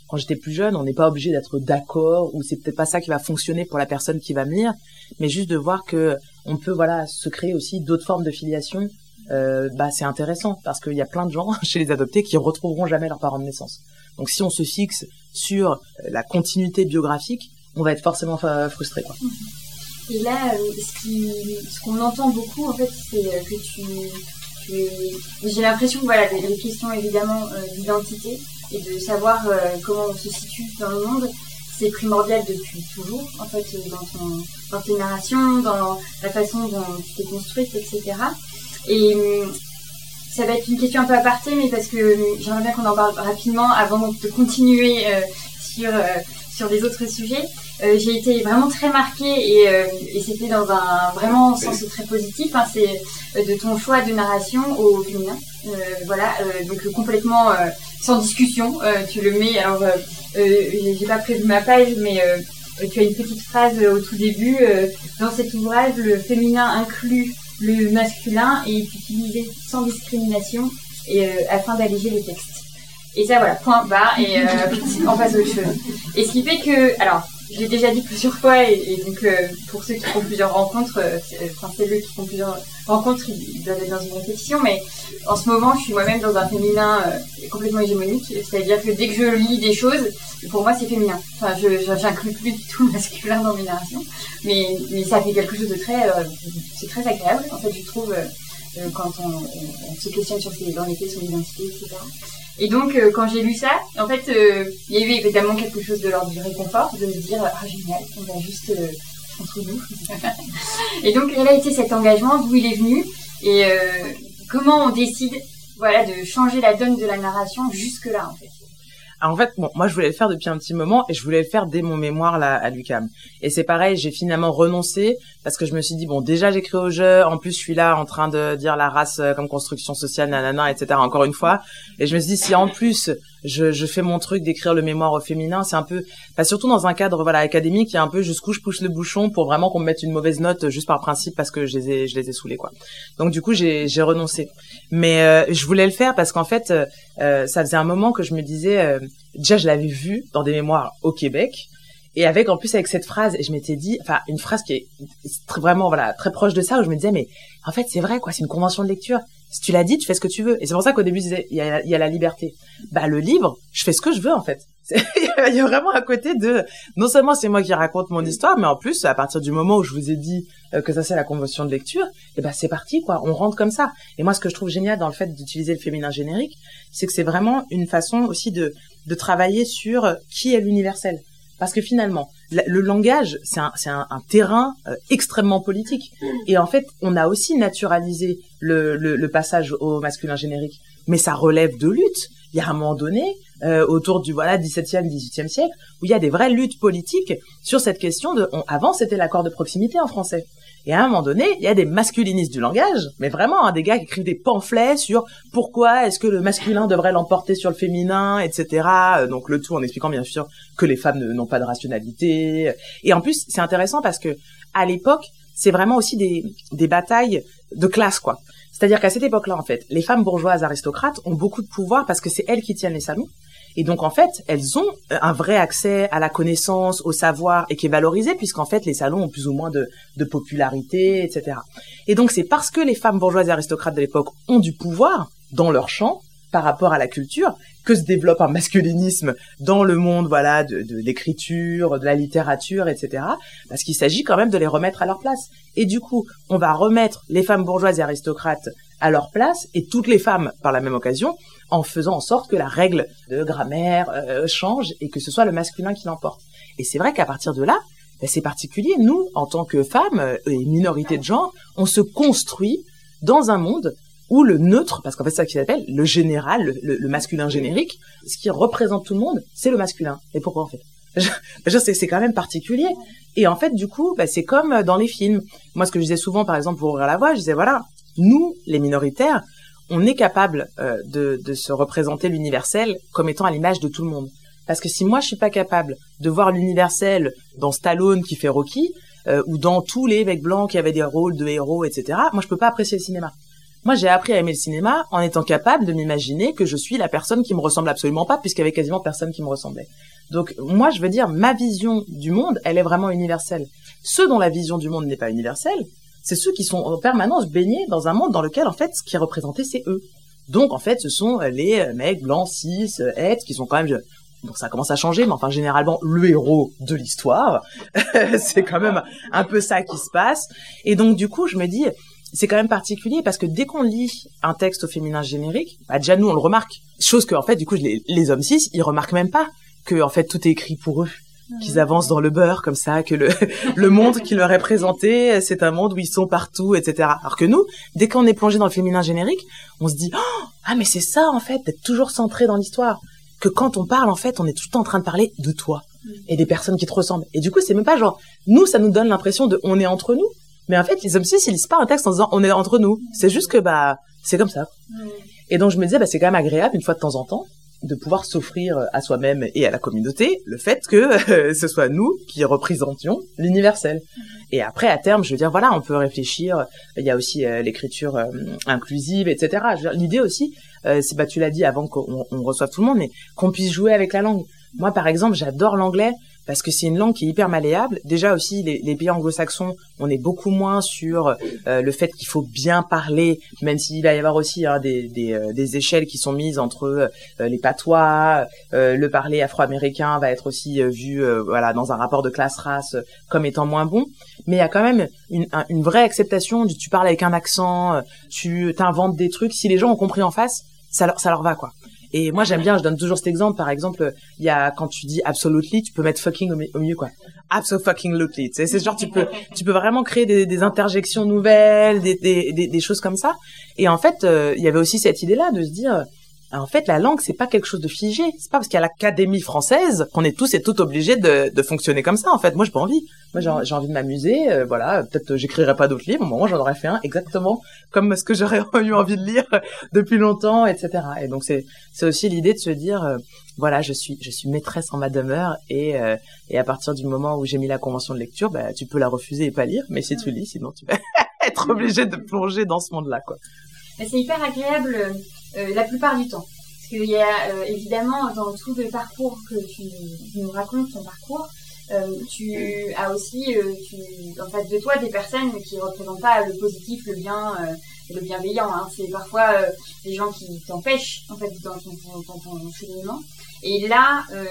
quand j'étais plus jeune, on n'est pas obligé d'être d'accord, ou c'est peut-être pas ça qui va fonctionner pour la personne qui va me lire, mais juste de voir que on peut, voilà, se créer aussi d'autres formes de filiation. Euh, bah c'est intéressant parce qu'il y a plein de gens chez les adoptés qui retrouveront jamais leurs parents de naissance. Donc si on se fixe sur la continuité biographique, on va être forcément frustré, quoi. Et là, ce, qui, ce qu'on entend beaucoup, en fait, c'est que tu, tu j'ai l'impression que voilà, les questions évidemment euh, d'identité et de savoir euh, comment on se situe dans le monde, c'est primordial depuis toujours, en fait, dans, ton, dans tes narrations, dans la façon dont tu t'es construite, et cetera. Et ça va être une question un peu aparté, mais parce que j'aimerais bien qu'on en parle rapidement avant de continuer euh, sur, euh, sur les autres sujets. Euh, j'ai été vraiment très marquée et, euh, et c'était dans un vraiment sens très positif. Hein, c'est euh, de ton choix de narration au féminin. Euh, voilà, euh, donc complètement euh, sans discussion. Euh, tu le mets. Alors, euh, euh, j'ai pas prévu ma page, mais euh, tu as une petite phrase au tout début. Euh, dans cet ouvrage, le féminin inclut le masculin et est utilisé sans discrimination et, euh, afin d'alléger le texte. Et ça, voilà, point barre, et euh, on passe à autre chose. Et ce qui fait que, alors, je l'ai déjà dit plusieurs fois, et, et donc euh, pour ceux qui font plusieurs rencontres, euh, enfin c'est eux qui font plusieurs rencontres, ils, ils doivent être dans une répétition, mais en ce moment, je suis moi-même dans un féminin euh, complètement hégémonique, c'est-à-dire que dès que je lis des choses, pour moi c'est féminin. Enfin, je, je j'inclus plus du tout le masculin dans mes narrations, mais mais ça fait quelque chose de très, euh, c'est très agréable. En fait, je trouve euh, quand on, on, on se questionne sur ses, dans les faits, son identité, et cetera. Et donc, euh, quand j'ai lu ça, en fait, euh, il y avait évidemment quelque chose de l'ordre du réconfort, de me dire « Ah, génial, on va juste euh, entre nous ». Et donc, quel a été cet engagement, d'où il est venu, et euh, comment on décide, voilà, de changer la donne de la narration jusque-là, en fait. Alors en fait, bon, moi je voulais le faire depuis un petit moment et je voulais le faire dès mon mémoire là à l'U Q A M. Et c'est pareil, j'ai finalement renoncé parce que je me suis dit bon, déjà j'écris au jeu, en plus je suis là en train de dire la race comme construction sociale, nanana, et cetera. Encore une fois, et je me suis dit si en plus je, je fais mon truc d'écrire le mémoire au féminin, c'est un peu, bah, surtout dans un cadre voilà académique, il y a un peu jusqu'où je pousse le bouchon pour vraiment qu'on me mette une mauvaise note juste par principe parce que je les ai je les ai saoulés quoi. Donc du coup j'ai j'ai renoncé. Mais euh, je voulais le faire parce qu'en fait euh, ça faisait un moment que je me disais euh, déjà je l'avais vu dans des mémoires au Québec et avec en plus avec cette phrase et je m'étais dit enfin une phrase qui est très, vraiment voilà très proche de ça où je me disais mais en fait c'est vrai quoi, c'est une convention de lecture. Si tu l'as dit, tu fais ce que tu veux. Et c'est pour ça qu'au début, je disais, il y a, il y a la liberté. Bah, le livre, je fais ce que je veux, en fait. Il y a vraiment un côté de, non seulement c'est moi qui raconte mon histoire, mais en plus, à partir du moment où je vous ai dit que ça c'est la convention de lecture, et ben, c'est parti, quoi. On rentre comme ça. Et moi, ce que je trouve génial dans le fait d'utiliser le féminin générique, c'est que c'est vraiment une façon aussi de, de travailler sur qui est l'universel. Parce que finalement, le langage, c'est un, c'est un, un terrain euh, extrêmement politique. Et en fait, on a aussi naturalisé le, le, le passage au masculin générique. Mais ça relève de luttes. Il y a un moment donné, euh, autour du voilà dix-septième, dix-huitième siècle, où il y a des vraies luttes politiques sur cette question de... On, avant, c'était l'accord de proximité en français. Et à un moment donné, il y a des masculinistes du langage, mais vraiment hein, des gars qui écrivent des pamphlets sur pourquoi est-ce que le masculin devrait l'emporter sur le féminin, et cetera. Donc le tout en expliquant bien sûr que les femmes n'ont pas de rationalité. Et en plus, c'est intéressant parce que à l'époque, c'est vraiment aussi des, des batailles de classe, quoi. C'est-à-dire qu'à cette époque-là, en fait, les femmes bourgeoises aristocrates ont beaucoup de pouvoir parce que c'est elles qui tiennent les salons. Et donc, en fait, elles ont un vrai accès à la connaissance, au savoir, et qui est valorisé, puisqu'en fait, les salons ont plus ou moins de, de popularité, et cetera. Et donc, c'est parce que les femmes bourgeoises et aristocrates de l'époque ont du pouvoir dans leur champ, par rapport à la culture, que se développe un masculinisme dans le monde, voilà, de, de l'écriture, de la littérature, et cetera. Parce qu'il s'agit quand même de les remettre à leur place. Et du coup, on va remettre les femmes bourgeoises et aristocrates à leur place, et toutes les femmes, par la même occasion, en faisant en sorte que la règle de grammaire euh, change et que ce soit le masculin qui l'emporte. Et c'est vrai qu'à partir de là, ben, c'est particulier. Nous, en tant que femmes euh, et minorités de genre, on se construit dans un monde où le neutre, parce qu'en fait c'est ça qui s'appelle le général, le, le, le masculin générique, ce qui représente tout le monde, c'est le masculin. Et pourquoi en fait je, je, c'est, c'est quand même particulier. Et en fait, du coup, ben, c'est comme dans les films. Moi, ce que je disais souvent, par exemple, pour Ouvrir la voie, je disais, voilà, nous, les minoritaires, on est capable euh, de, de se représenter l'universel comme étant à l'image de tout le monde. Parce que si moi, je suis pas capable de voir l'universel dans Stallone qui fait Rocky, euh, ou dans tous les mecs blancs qui avaient des rôles de héros, et cetera, moi, je peux pas apprécier le cinéma. Moi, j'ai appris à aimer le cinéma en étant capable de m'imaginer que je suis la personne qui me ressemble absolument pas, puisqu'il y avait quasiment personne qui me ressemblait. Donc, moi, je veux dire, ma vision du monde, elle est vraiment universelle. Ceux dont la vision du monde n'est pas universelle, c'est ceux qui sont en permanence baignés dans un monde dans lequel, en fait, ce qui est représenté, c'est eux. Donc, en fait, ce sont les mecs blancs, cis, hêtres, qui sont quand même... Donc, ça commence à changer, mais enfin, généralement, le héros de l'histoire, c'est quand même un peu ça qui se passe. Et donc, du coup, je me dis... C'est quand même particulier parce que dès qu'on lit un texte au féminin générique, bah déjà nous on le remarque. Chose que en fait du coup les, les hommes cis ils remarquent même pas que en fait tout est écrit pour eux, qu'ils avancent dans le beurre comme ça, que le le monde qui leur est présenté c'est un monde où ils sont partout, et cetera. Alors que nous, dès qu'on est plongé dans le féminin générique, on se dit oh, ah mais c'est ça en fait d'être toujours centré dans l'histoire. Que quand on parle en fait on est tout le temps en train de parler de toi et des personnes qui te ressemblent. Et du coup c'est même pas genre nous ça nous donne l'impression de on est entre nous. Mais en fait, les hommes cis, ils lisent pas un texte en disant on est entre nous. C'est juste que bah c'est comme ça. Mmh. Et donc je me disais bah c'est quand même agréable une fois de temps en temps de pouvoir s'offrir à soi-même et à la communauté le fait que euh, ce soit nous qui représentions l'universel. Mmh. Et après à terme, je veux dire voilà, on peut réfléchir. Il y a aussi euh, l'écriture euh, inclusive, et cetera. Je veux dire, l'idée aussi, euh, c'est bah tu l'as dit avant qu'on on reçoive tout le monde, mais qu'on puisse jouer avec la langue. Moi par exemple, j'adore l'anglais. Parce que c'est une langue qui est hyper malléable. Déjà aussi, les, les pays anglo-saxons, on est beaucoup moins sur euh, le fait qu'il faut bien parler, même s'il va y avoir aussi hein, des, des, euh, des échelles qui sont mises entre euh, les patois, euh, le parler afro-américain va être aussi euh, vu euh, voilà dans un rapport de classe-race euh, comme étant moins bon. Mais il y a quand même une, un, une vraie acceptation du tu parles avec un accent, euh, tu t'inventes des trucs. Si les gens ont compris en face, ça leur, ça leur va quoi. Et moi, j'aime bien, je donne toujours cet exemple. Par exemple, il y a, quand tu dis absolutely, tu peux mettre fucking au, mi- au milieu, quoi. Absolutely. Tu sais, c'est genre, tu peux, tu peux vraiment créer des, des interjections nouvelles, des, des, des, des choses comme ça. Et en fait, euh, il y avait aussi cette idée-là de se dire, en fait, la langue, c'est pas quelque chose de figé. C'est pas parce qu'il y a l'Académie française qu'on est tous et toutes obligés de, de fonctionner comme ça. En fait, moi, j'ai pas envie. Moi, j'ai, j'ai envie de m'amuser. Euh, voilà, peut-être euh, j'écrirai pas d'autres livres. Moi, j'en aurais fait un exactement comme ce que j'aurais eu envie de lire depuis longtemps, et cetera. Et donc, c'est, c'est aussi l'idée de se dire, euh, voilà, je suis, je suis maîtresse en ma demeure et euh, et à partir du moment où j'ai mis la convention de lecture, bah, tu peux la refuser et pas lire. Mais si tu lis, sinon tu vas être obligé de plonger dans ce monde-là, quoi. C'est hyper agréable. Euh, la plupart du temps. Parce qu'il y a euh, évidemment dans tout le parcours que tu, tu nous racontes, ton parcours, euh, tu as aussi euh, tu, en fait de toi des personnes qui ne représentent pas le positif, le bien euh, et le bienveillant. Hein. C'est parfois euh, des gens qui t'empêchent en fait dans ton, ton, ton, ton cheminement. Et là, euh,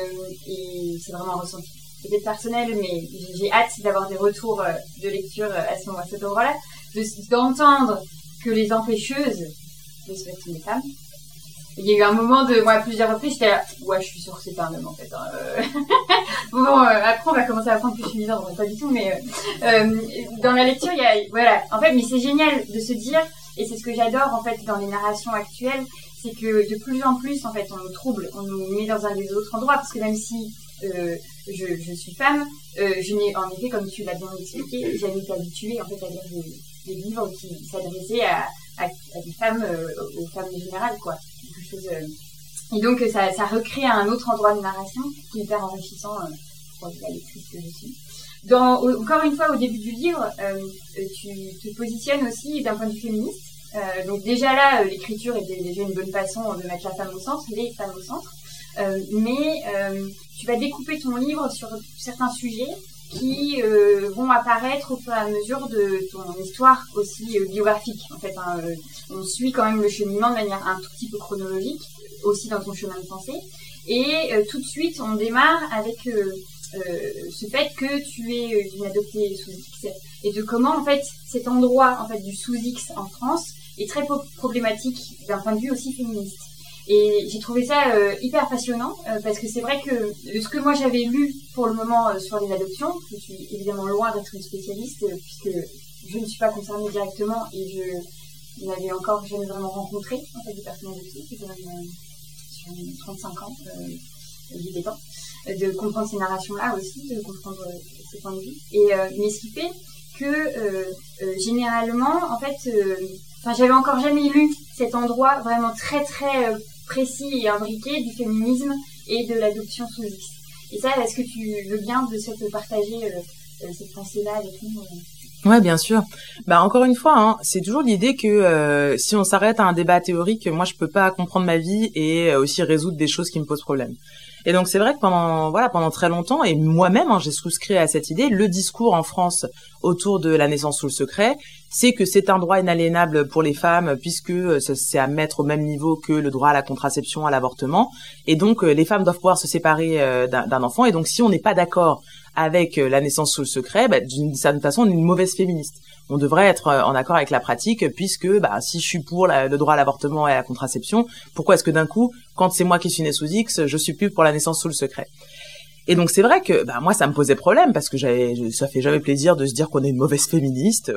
et c'est vraiment un ressenti peut-être personnel, mais j'ai hâte d'avoir des retours euh, de lecture à ce moment, à cet endroit-là, de, d'entendre que les empêcheuses de se mettre les femmes. Il y a eu un moment de, moi, à plusieurs reprises, j'étais là, ouais, je suis sûre que c'est pas un homme, en fait. Hein. Euh... bon, euh, après, on va commencer à apprendre que je suis misandre, pas du tout, mais euh, euh, dans la lecture, il y a, voilà. En fait, mais c'est génial de se dire, et c'est ce que j'adore, en fait, dans les narrations actuelles, c'est que de plus en plus, en fait, on nous trouble, on nous met dans un des autres endroits, parce que même si euh, je, je suis femme, euh, je n'ai, en effet, comme tu l'as bien expliqué, j'avais été habituée, en fait, à lire des, des livres qui s'adressaient à À, à des femmes, euh, aux femmes générales, quoi. Quelque chose, euh... Et donc, ça, ça recrée un autre endroit de narration qui est hyper enrichissant euh, pour la lectrice que je suis. Dans, encore une fois, au début du livre, euh, tu te positionnes aussi d'un point de vue féministe. Euh, donc déjà là, l'écriture était déjà une bonne façon de mettre la femme au centre, les femmes au centre. Euh, mais euh, tu vas découper ton livre sur certains sujets qui euh, vont apparaître au fur et à mesure de ton histoire aussi euh, biographique. En fait, hein, euh, on suit quand même le cheminement de manière un tout petit peu chronologique, aussi dans ton chemin de pensée. Et euh, tout de suite, on démarre avec euh, euh, ce fait que tu es euh, une adoptée sous X et de comment en fait cet endroit en fait du sous X en France est très problématique d'un point de vue aussi féministe. Et j'ai trouvé ça euh, hyper passionnant euh, parce que c'est vrai que ce que moi j'avais lu pour le moment euh, sur les adoptions, je suis évidemment loin d'être une spécialiste euh, puisque je ne suis pas concernée directement et je n'avais encore jamais vraiment rencontré en fait des personnes adoptées, c'est quand même euh, sur trente-cinq ans, euh, il est temps de comprendre ces narrations-là aussi, de comprendre euh, ces points de vue. Et euh, mais ce qui fait que euh, euh, généralement, en fait, enfin, euh, j'avais encore jamais lu cet endroit vraiment très très euh, précis et imbriqué du féminisme et de l'adoption sous X. Et ça, est-ce que tu veux bien de se partager euh, euh, cette pensée-là avec nous euh... Ouais, bien sûr. Bah encore une fois, hein, c'est toujours l'idée que euh, si on s'arrête à un débat théorique, moi je peux pas comprendre ma vie et euh, aussi résoudre des choses qui me posent problème. Et donc c'est vrai que pendant voilà pendant très longtemps, et moi-même hein, j'ai souscrit à cette idée, le discours en France autour de la naissance sous le secret, c'est que c'est un droit inaliénable pour les femmes puisque c'est à mettre au même niveau que le droit à la contraception, à l'avortement, et donc les femmes doivent pouvoir se séparer euh, d'un, d'un enfant. Et donc si on n'est pas d'accord avec la naissance sous le secret, bah, d'une certaine façon, on est une mauvaise féministe. On devrait être en accord avec la pratique, puisque bah, si je suis pour la, le droit à l'avortement et à la contraception, pourquoi est-ce que d'un coup, quand c'est moi qui suis née sous X, je suis plus pour la naissance sous le secret? Et donc c'est vrai que bah moi ça me posait problème parce que j'avais ça fait jamais plaisir de se dire qu'on est une mauvaise féministe.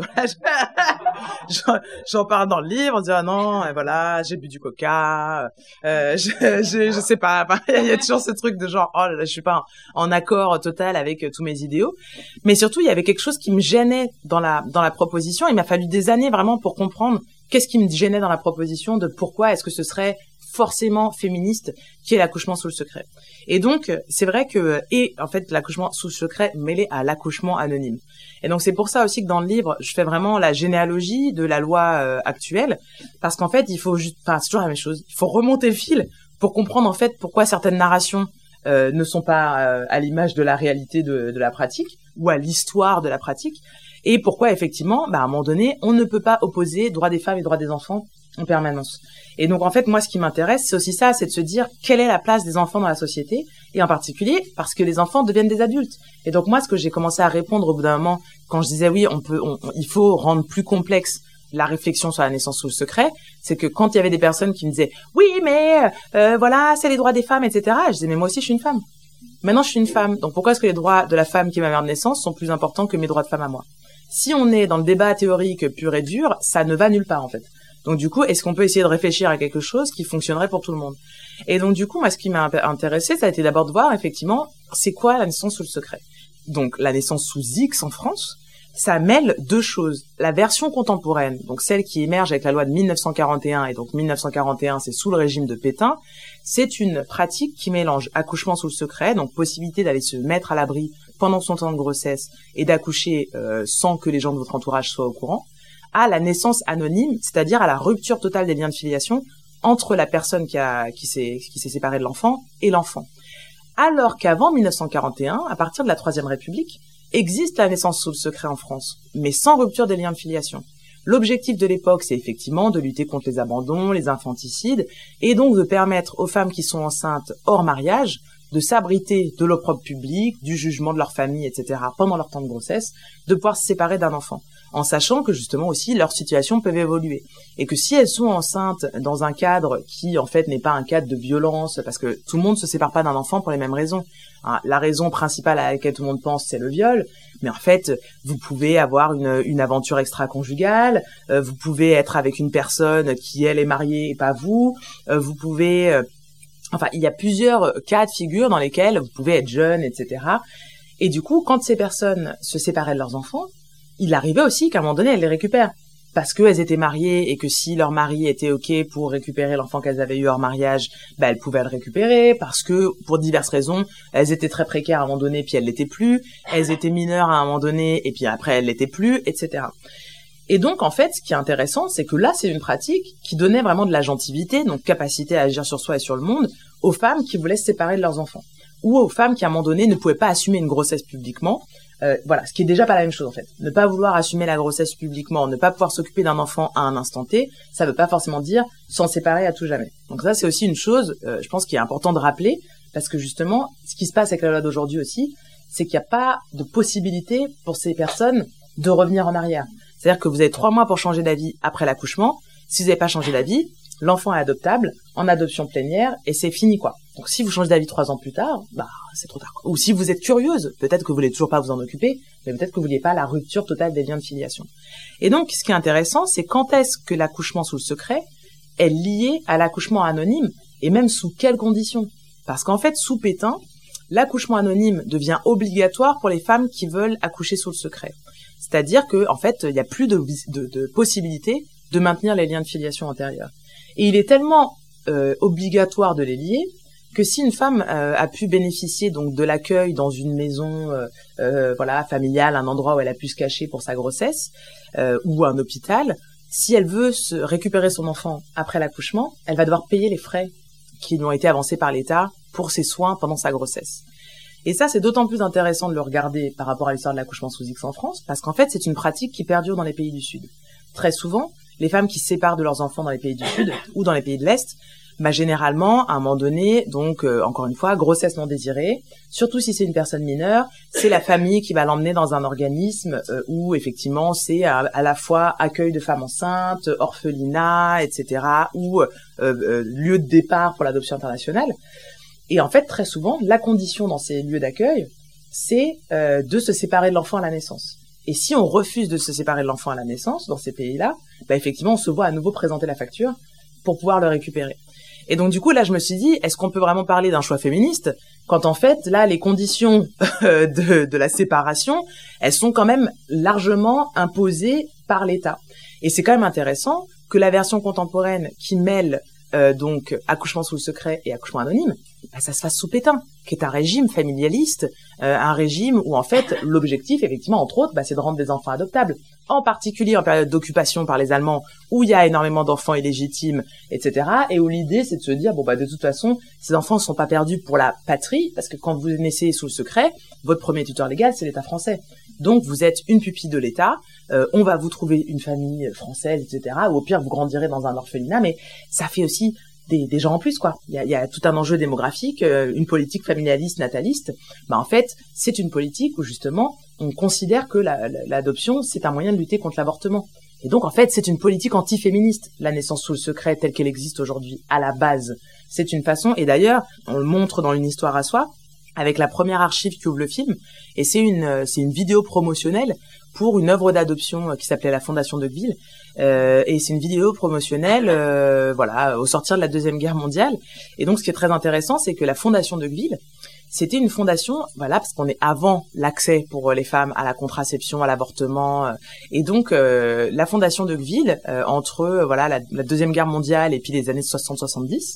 j'en, j'en parle dans le livre, on dit ah non, et voilà, j'ai bu du coca, euh, je, je je sais pas, il y a toujours ce truc de genre oh là là, je suis pas en, en accord total avec tous mes idéaux. Mais surtout il y avait quelque chose qui me gênait dans la dans la proposition. Il m'a fallu des années vraiment pour comprendre qu'est-ce qui me gênait dans la proposition de pourquoi est-ce que ce serait forcément féministe qui est l'accouchement sous le secret. Et donc c'est vrai que et en fait l'accouchement sous le secret mêlé à l'accouchement anonyme. Et donc c'est pour ça aussi que dans le livre je fais vraiment la généalogie de la loi euh, actuelle, parce qu'en fait il faut juste enfin c'est toujours la même chose, il faut remonter le fil pour comprendre en fait pourquoi certaines narrations euh, ne sont pas euh, à l'image de la réalité de, de la pratique ou à l'histoire de la pratique, et pourquoi effectivement bah à un moment donné on ne peut pas opposer droit des femmes et droit des enfants en permanence. Et donc en fait moi ce qui m'intéresse c'est aussi ça, c'est de se dire quelle est la place des enfants dans la société, et en particulier parce que les enfants deviennent des adultes. Et donc moi ce que j'ai commencé à répondre au bout d'un moment quand je disais oui on peut on, il faut rendre plus complexe la réflexion sur la naissance sous le secret, c'est que quand il y avait des personnes qui me disaient oui mais euh, voilà c'est les droits des femmes etc, je disais mais moi aussi je suis une femme, maintenant je suis une femme, donc pourquoi est-ce que les droits de la femme qui est ma mère de naissance sont plus importants que mes droits de femme à moi? Si on est dans le débat théorique pur et dur, ça ne va nulle part en fait. Donc du coup, est-ce qu'on peut essayer de réfléchir à quelque chose qui fonctionnerait pour tout le monde? Et donc du coup, moi, ce qui m'a intéressé, ça a été d'abord de voir effectivement, c'est quoi la naissance sous le secret? Donc la naissance sous X en France, ça mêle deux choses. La version contemporaine, donc celle qui émerge avec la loi de mille neuf cent quarante et un, et donc mille neuf cent quarante et un, c'est sous le régime de Pétain, c'est une pratique qui mélange accouchement sous le secret, donc possibilité d'aller se mettre à l'abri pendant son temps de grossesse et d'accoucher euh, sans que les gens de votre entourage soient au courant, à la naissance anonyme, c'est-à-dire à la rupture totale des liens de filiation entre la personne qui a qui s'est qui s'est séparée de l'enfant et l'enfant. Alors qu'avant mille neuf cent quarante et un, à partir de la Troisième République, existe la naissance sous le secret en France, mais sans rupture des liens de filiation. L'objectif de l'époque, c'est effectivement de lutter contre les abandons, les infanticides, et donc de permettre aux femmes qui sont enceintes hors mariage de s'abriter de l'opprobre public, du jugement de leur famille, et cetera, pendant leur temps de grossesse, de pouvoir se séparer d'un enfant, en sachant que justement aussi leur situation peut évoluer, et que si elles sont enceintes dans un cadre qui en fait n'est pas un cadre de violence, parce que tout le monde se sépare pas d'un enfant pour les mêmes raisons. Hein, la raison principale à laquelle tout le monde pense, c'est le viol, mais en fait, vous pouvez avoir une, une aventure extra-conjugale, euh, vous pouvez être avec une personne qui, elle, est mariée et pas vous, euh, vous pouvez... Euh, enfin, il y a plusieurs cas de figure dans lesquels vous pouvez être jeune, et cetera. Et du coup, quand ces personnes se séparaient de leurs enfants, il arrivait aussi qu'à un moment donné, elles les récupèrent. Parce qu'elles étaient mariées et que si leur mari était OK pour récupérer l'enfant qu'elles avaient eu hors mariage, bah, elles pouvaient le récupérer, parce que, pour diverses raisons, elles étaient très précaires à un moment donné, puis elles l'étaient plus, elles étaient mineures à un moment donné, et puis après elles l'étaient plus, et cetera. Et donc, en fait, ce qui est intéressant, c'est que là, c'est une pratique qui donnait vraiment de l'agentivité, donc capacité à agir sur soi et sur le monde, aux femmes qui voulaient se séparer de leurs enfants. Ou aux femmes qui, à un moment donné, ne pouvaient pas assumer une grossesse publiquement. Euh, voilà, ce qui est déjà pas la même chose, en fait. Ne pas vouloir assumer la grossesse publiquement, ne pas pouvoir s'occuper d'un enfant à un instant T, ça veut pas forcément dire s'en séparer à tout jamais. Donc ça, c'est aussi une chose, euh, je pense, qui est important de rappeler, parce que justement, ce qui se passe avec la loi d'aujourd'hui aussi, c'est qu'il n'y a pas de possibilité pour ces personnes de revenir en arrière. C'est-à-dire que vous avez trois mois pour changer d'avis après l'accouchement. Si vous n'avez pas changé d'avis, l'enfant est adoptable, en adoption plénière, et c'est fini, quoi. Donc si vous changez d'avis trois ans plus tard, bah c'est trop tard, quoi. Ou si vous êtes curieuse, peut-être que vous voulez toujours pas vous en occuper, mais peut-être que vous vouliez pas la rupture totale des liens de filiation. Et donc, ce qui est intéressant, c'est quand est-ce que l'accouchement sous le secret est lié à l'accouchement anonyme, et même sous quelles conditions. Parce qu'en fait, sous Pétain, l'accouchement anonyme devient obligatoire pour les femmes qui veulent accoucher sous le secret. C'est-à-dire que, en fait, il n'y a plus de, de, de possibilité de maintenir les liens de filiation antérieurs. Et il est tellement euh, obligatoire de les lier que si une femme euh, a pu bénéficier donc de l'accueil dans une maison euh, euh, voilà familiale, un endroit où elle a pu se cacher pour sa grossesse, euh, ou un hôpital, si elle veut se récupérer son enfant après l'accouchement, elle va devoir payer les frais qui lui ont été avancés par l'État pour ses soins pendant sa grossesse. Et ça, c'est d'autant plus intéressant de le regarder par rapport à l'histoire de l'accouchement sous X en France, parce qu'en fait, c'est une pratique qui perdure dans les pays du Sud. Très souvent, les femmes qui se séparent de leurs enfants dans les pays du Sud ou dans les pays de l'Est, bah généralement, à un moment donné, donc euh, encore une fois, grossesse non désirée, surtout si c'est une personne mineure, c'est la famille qui va l'emmener dans un organisme euh, où effectivement c'est à, à la fois accueil de femmes enceintes, orphelinat, et cetera, ou euh, euh, lieu de départ pour l'adoption internationale. Et en fait, très souvent, la condition dans ces lieux d'accueil, c'est euh, de se séparer de l'enfant à la naissance. Et si on refuse de se séparer de l'enfant à la naissance dans ces pays-là, bah effectivement, on se voit à nouveau présenter la facture pour pouvoir le récupérer. Et donc du coup, là, je me suis dit, est-ce qu'on peut vraiment parler d'un choix féministe quand en fait, là, les conditions de, de la séparation, elles sont quand même largement imposées par l'État. Et c'est quand même intéressant que la version contemporaine qui mêle euh, donc accouchement sous le secret et accouchement anonyme, bah, ça se fasse sous Pétain, qui est un régime familialiste, euh, un régime où en fait l'objectif, effectivement, entre autres, bah, c'est de rendre des enfants adoptables, en particulier en période d'occupation par les Allemands, où il y a énormément d'enfants illégitimes, et cetera, et où l'idée c'est de se dire bon bah de toute façon, ces enfants ne sont pas perdus pour la patrie, parce que quand vous naissez sous le secret, votre premier tuteur légal c'est l'État français, donc vous êtes une pupille de l'État. Euh, on va vous trouver une famille française, et cetera, ou au pire vous grandirez dans un orphelinat, mais ça fait aussi Des, des gens en plus, quoi. Il y a, il y a tout un enjeu démographique, euh, une politique familialiste, nataliste. Bah, en fait, c'est une politique où, justement, on considère que la, la, l'adoption, c'est un moyen de lutter contre l'avortement. Et donc, en fait, c'est une politique anti-féministe, la naissance sous le secret telle qu'elle existe aujourd'hui, à la base. C'est une façon, et d'ailleurs, on le montre dans une histoire à soi, avec la première archive qui ouvre le film, et c'est une, c'est une vidéo promotionnelle pour une œuvre d'adoption qui s'appelait la Fondation d'Ocqueville. Euh, et c'est une vidéo promotionnelle, euh, voilà, au sortir de la Deuxième Guerre mondiale. Et donc, ce qui est très intéressant, c'est que la Fondation d'Ocqueville, c'était une fondation, voilà, parce qu'on est avant l'accès pour les femmes à la contraception, à l'avortement. Euh, et donc, euh, la Fondation d'Ocqueville, euh, entre euh, voilà la, la Deuxième Guerre mondiale et puis les années soixante soixante-dix,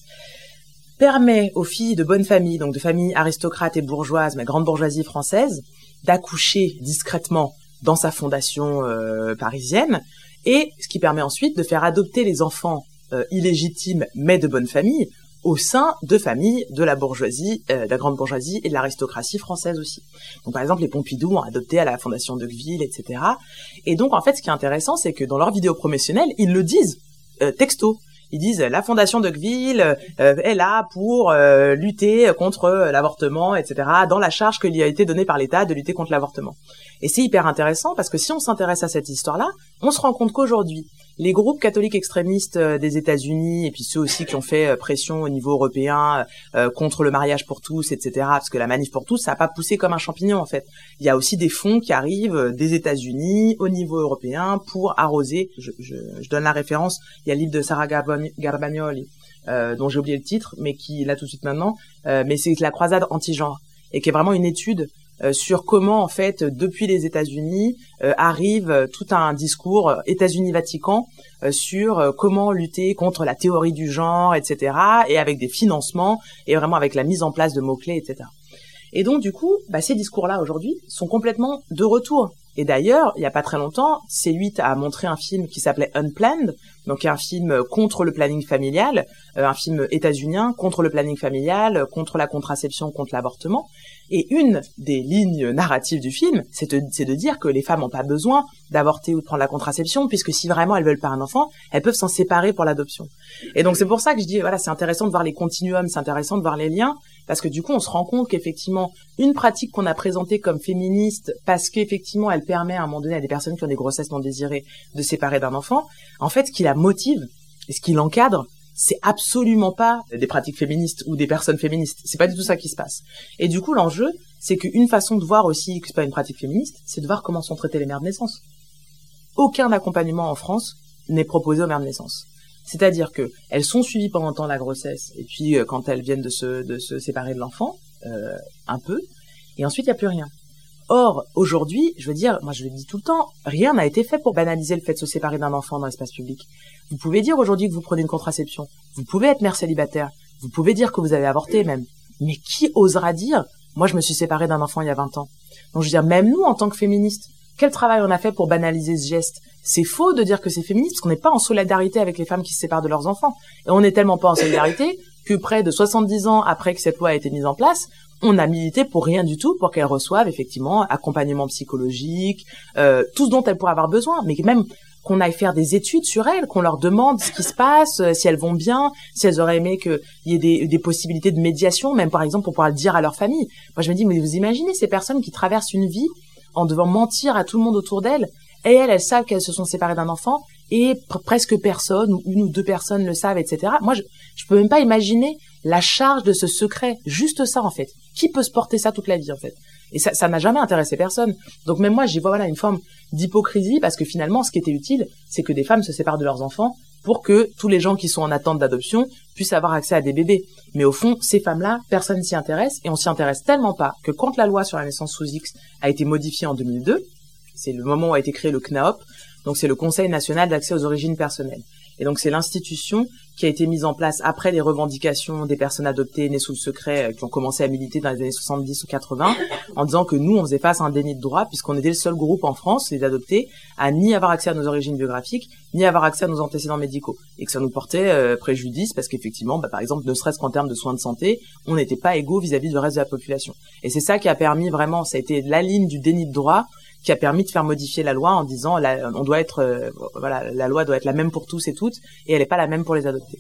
permet aux filles de bonne famille, donc de familles aristocrates et bourgeoises, mais grande bourgeoisie française, d'accoucher discrètement dans sa fondation euh, parisienne, et ce qui permet ensuite de faire adopter les enfants euh, illégitimes mais de bonne famille au sein de familles de la bourgeoisie, euh, de la grande bourgeoisie et de l'aristocratie française aussi. Donc par exemple, les Pompidou ont adopté à la Fondation d'Ocqueville, et cetera. Et donc en fait, ce qui est intéressant, c'est que dans leur vidéo promotionnelle, ils le disent euh, texto. Ils disent la Fondation d'Ocqueville euh, est là pour euh, lutter contre l'avortement, et cetera, dans la charge qui lui a été donnée par l'État de lutter contre l'avortement. Et c'est hyper intéressant parce que si on s'intéresse à cette histoire-là, on se rend compte qu'aujourd'hui, les groupes catholiques extrémistes des États-Unis et puis ceux aussi qui ont fait pression au niveau européen euh, contre le mariage pour tous, et cetera, parce que la manif pour tous, ça n'a pas poussé comme un champignon en fait. Il y a aussi des fonds qui arrivent des États-Unis au niveau européen pour arroser. Je, je, je donne la référence. Il y a le livre de Sarah Garbagnoli, euh, dont j'ai oublié le titre, mais qui là tout de suite maintenant. Euh, mais c'est la croisade anti-genre et qui est vraiment une étude Euh, sur comment en fait depuis les États-Unis euh, arrive euh, tout un discours euh, États-Unis-Vatican euh, sur euh, comment lutter contre la théorie du genre, et cetera, et avec des financements et vraiment avec la mise en place de mots-clés, et cetera. Et donc du coup, bah, ces discours-là aujourd'hui sont complètement de retour. Et d'ailleurs, il y a pas très longtemps, C huit a montré un film qui s'appelait Unplanned, donc un film contre le planning familial, euh, un film états-unien contre le planning familial, contre la contraception, contre l'avortement. Et une des lignes narratives du film, c'est de, c'est de dire que les femmes n'ont pas besoin d'avorter ou de prendre la contraception, puisque si vraiment elles veulent pas un enfant, elles peuvent s'en séparer pour l'adoption. Et donc c'est pour ça que je dis, voilà, c'est intéressant de voir les continuums, c'est intéressant de voir les liens, parce que du coup on se rend compte qu'effectivement, une pratique qu'on a présentée comme féministe, parce qu'effectivement elle permet à un moment donné à des personnes qui ont des grossesses non désirées de se séparer d'un enfant, en fait ce qui la motive et ce qui l'encadre, c'est absolument pas des pratiques féministes ou des personnes féministes. C'est pas du tout ça qui se passe. Et du coup, l'enjeu, c'est qu'une façon de voir aussi que c'est pas une pratique féministe, c'est de voir comment sont traitées les mères de naissance. Aucun accompagnement en France n'est proposé aux mères de naissance. C'est-à-dire que elles sont suivies pendant le temps de la grossesse, et puis euh, quand elles viennent de se, de se séparer de l'enfant, euh, un peu, et ensuite il n'y a plus rien. Or, aujourd'hui, je veux dire, moi je le dis tout le temps, rien n'a été fait pour banaliser le fait de se séparer d'un enfant dans l'espace public. Vous pouvez dire aujourd'hui que vous prenez une contraception, vous pouvez être mère célibataire, vous pouvez dire que vous avez avorté même, Mais qui osera dire, moi, je me suis séparée d'un enfant il y a vingt ans. Donc, je veux dire, même nous, en tant que féministes, quel travail on a fait pour banaliser ce geste? C'est faux de dire que c'est féministe, parce qu'on n'est pas en solidarité avec les femmes qui se séparent de leurs enfants. Et on n'est tellement pas en solidarité que près de soixante-dix ans après que cette loi a été mise en place, on a milité pour rien du tout, pour qu'elles reçoivent effectivement accompagnement psychologique, euh, tout ce dont elles pourraient avoir besoin, mais même qu'on aille faire des études sur elles, qu'on leur demande ce qui se passe, euh, si elles vont bien, si elles auraient aimé qu'il y ait des, des possibilités de médiation, même par exemple pour pouvoir le dire à leur famille. Moi je me dis, mais vous imaginez ces personnes qui traversent une vie en devant mentir à tout le monde autour d'elles, et elles, elles savent qu'elles se sont séparées d'un enfant, et pr- presque personne, ou une ou deux personnes le savent, et cetera. Moi je, je peux même pas imaginer la charge de ce secret, juste ça en fait. Qui peut se porter ça toute la vie en fait? Et ça, ça n'a jamais intéressé personne. Donc même moi, j'y vois voilà une forme d'hypocrisie parce que finalement, ce qui était utile, c'est que des femmes se séparent de leurs enfants pour que tous les gens qui sont en attente d'adoption puissent avoir accès à des bébés. Mais au fond, ces femmes-là, personne s'y intéresse et on s'y intéresse tellement pas que quand la loi sur la naissance sous X a été modifiée en deux mille deux, c'est le moment où a été créé le C N A O P, donc c'est le Conseil national d'accès aux origines personnelles. Et donc c'est l'institution qui a été mise en place après les revendications des personnes adoptées nées sous le secret qui ont commencé à militer dans les années soixante-dix ou quatre-vingts en disant que nous on faisait face à un déni de droit puisqu'on était le seul groupe en France, les adoptés, à ni avoir accès à nos origines biographiques ni avoir accès à nos antécédents médicaux et que ça nous portait euh, préjudice parce qu'effectivement bah, par exemple ne serait-ce qu'en termes de soins de santé on n'était pas égaux vis-à-vis du reste de la population. Et c'est ça qui a permis vraiment, ça a été la ligne du déni de droit qui a permis de faire modifier la loi en disant la, on doit être euh, voilà la loi doit être la même pour tous et toutes et elle n'est pas la même pour les adoptés.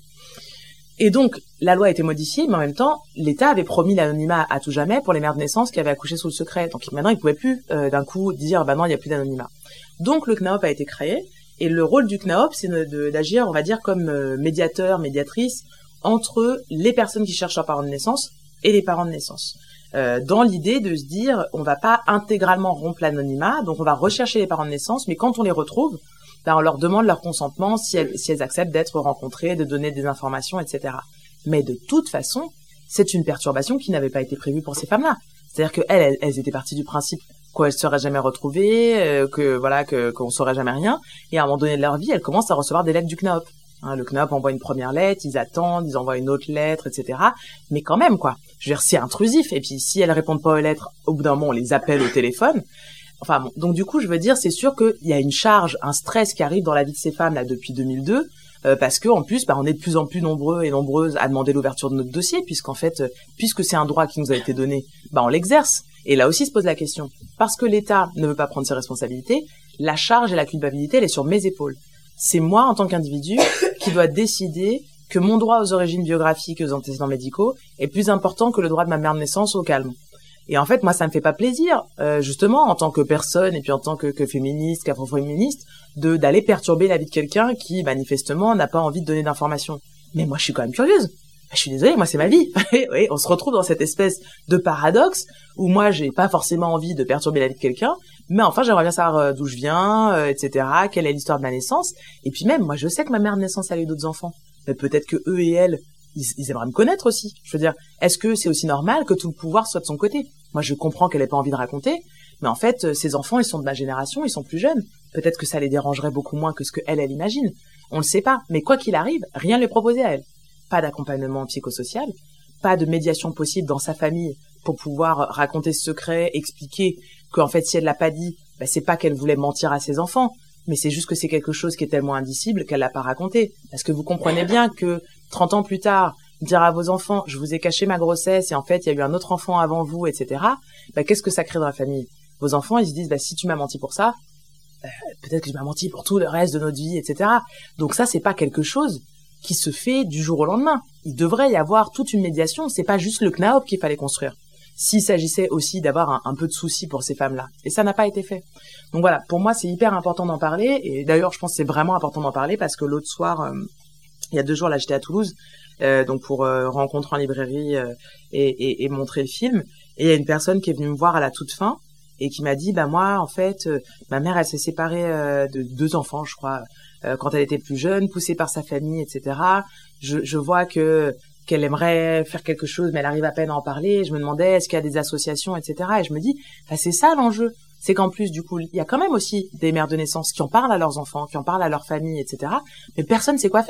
Et donc la loi a été modifiée, mais en même temps l'État avait promis l'anonymat à tout jamais pour les mères de naissance qui avaient accouché sous le secret. Donc maintenant ils pouvaient plus euh, d'un coup dire bah non il y a plus d'anonymat. Donc le C N A O P a été créé et le rôle du C N A O P c'est de, de, d'agir on va dire comme euh, médiateur médiatrice entre les personnes qui cherchent leurs parents de naissance et les parents de naissance. Euh, dans l'idée de se dire on va pas intégralement rompre l'anonymat, donc on va rechercher les parents de naissance, mais quand on les retrouve, ben on leur demande leur consentement si elles, si elles acceptent d'être rencontrées, de donner des informations, et cetera. Mais de toute façon, c'est une perturbation qui n'avait pas été prévue pour ces femmes-là. C'est-à-dire qu'elles, elles, elles étaient parties du principe qu'elles seraient jamais retrouvées, euh, que voilà, que qu'on saurait jamais rien, et à un moment donné de leur vie, elles commencent à recevoir des lettres du C N A O P. Hein, le C N A O P envoie une première lettre, ils attendent, ils envoient une autre lettre, et cetera. Mais quand même, quoi. Je veux dire, c'est intrusif. Et puis, si elles répondent pas aux lettres, au bout d'un moment, on les appelle au téléphone. Enfin, bon. Donc, du coup, je veux dire, c'est sûr qu'il y a une charge, un stress qui arrive dans la vie de ces femmes, là, depuis deux mille deux, euh, parce que, en plus, bah, on est de plus en plus nombreux et nombreuses à demander l'ouverture de notre dossier, puisqu'en fait, euh, puisque c'est un droit qui nous a été donné, bah, on l'exerce. Et là aussi se pose la question. Parce que l'État ne veut pas prendre ses responsabilités, la charge et la culpabilité, elle est sur mes épaules. C'est moi, en tant qu'individu, qui dois décider que mon droit aux origines biographiques et aux antécédents médicaux est plus important que le droit de ma mère de naissance au calme. Et en fait, moi, ça me fait pas plaisir, euh, justement, en tant que personne et puis en tant que, que féministe, qu'afro-féministe, de d'aller perturber la vie de quelqu'un qui, manifestement, n'a pas envie de donner d'informations. Mais moi, je suis quand même curieuse. Je suis désolée, moi, c'est ma vie. Oui, on se retrouve dans cette espèce de paradoxe où moi, j'ai pas forcément envie de perturber la vie de quelqu'un, mais enfin, j'aimerais bien savoir euh, d'où je viens, euh, et cetera, quelle est l'histoire de ma naissance. Et puis même, moi, je sais que ma mère de naissance a eu d'autres enfants. Mais peut-être que eux et elle, ils, ils aimeraient me connaître aussi. Je veux dire, est-ce que c'est aussi normal que tout le pouvoir soit de son côté? Moi, je comprends qu'elle ait pas envie de raconter, mais en fait, ces enfants, ils sont de ma génération, ils sont plus jeunes. Peut-être que ça les dérangerait beaucoup moins que ce que elle, elle imagine. On le sait pas. Mais quoi qu'il arrive, rien ne lui est proposé à elle. Pas d'accompagnement psychosocial, pas de médiation possible dans sa famille pour pouvoir raconter ce secret, expliquer qu'en fait, si elle l'a pas dit, bah, c'est pas qu'elle voulait mentir à ses enfants, mais c'est juste que c'est quelque chose qui est tellement indicible qu'elle l'a pas raconté. Parce que vous comprenez bien que trente ans plus tard, dire à vos enfants, je vous ai caché ma grossesse et en fait, il y a eu un autre enfant avant vous, et cetera, bah, qu'est-ce que ça crée dans la famille? Vos enfants, ils se disent, bah, si tu m'as menti pour ça, euh, peut-être que tu m'as menti pour tout le reste de notre vie, et cetera. Donc ça, c'est pas quelque chose qui se fait du jour au lendemain. Il devrait y avoir toute une médiation. C'est pas juste le C N A O P qu'il fallait construire. S'il s'agissait aussi d'avoir un, un peu de souci pour ces femmes-là. Et ça n'a pas été fait. Donc voilà, pour moi, c'est hyper important d'en parler. Et d'ailleurs, je pense que c'est vraiment important d'en parler parce que l'autre soir, euh, il y a deux jours, là, j'étais à Toulouse, euh, donc pour euh, rencontrer en librairie euh, et, et, et montrer le film. Et il y a une personne qui est venue me voir à la toute fin et qui m'a dit, bah moi, en fait, euh, ma mère, elle s'est séparée euh, de deux enfants, je crois, euh, quand elle était plus jeune, poussée par sa famille, et cetera. Je, je vois que qu'elle aimerait faire quelque chose, mais elle arrive à peine à en parler. Je me demandais, est-ce qu'il y a des associations, et cetera. Et je me dis, bah, c'est ça l'enjeu. C'est qu'en plus, du coup, il y a quand même aussi des mères de naissance qui en parlent à leurs enfants, qui en parlent à leur famille, et cetera. Mais personne ne sait quoi faire.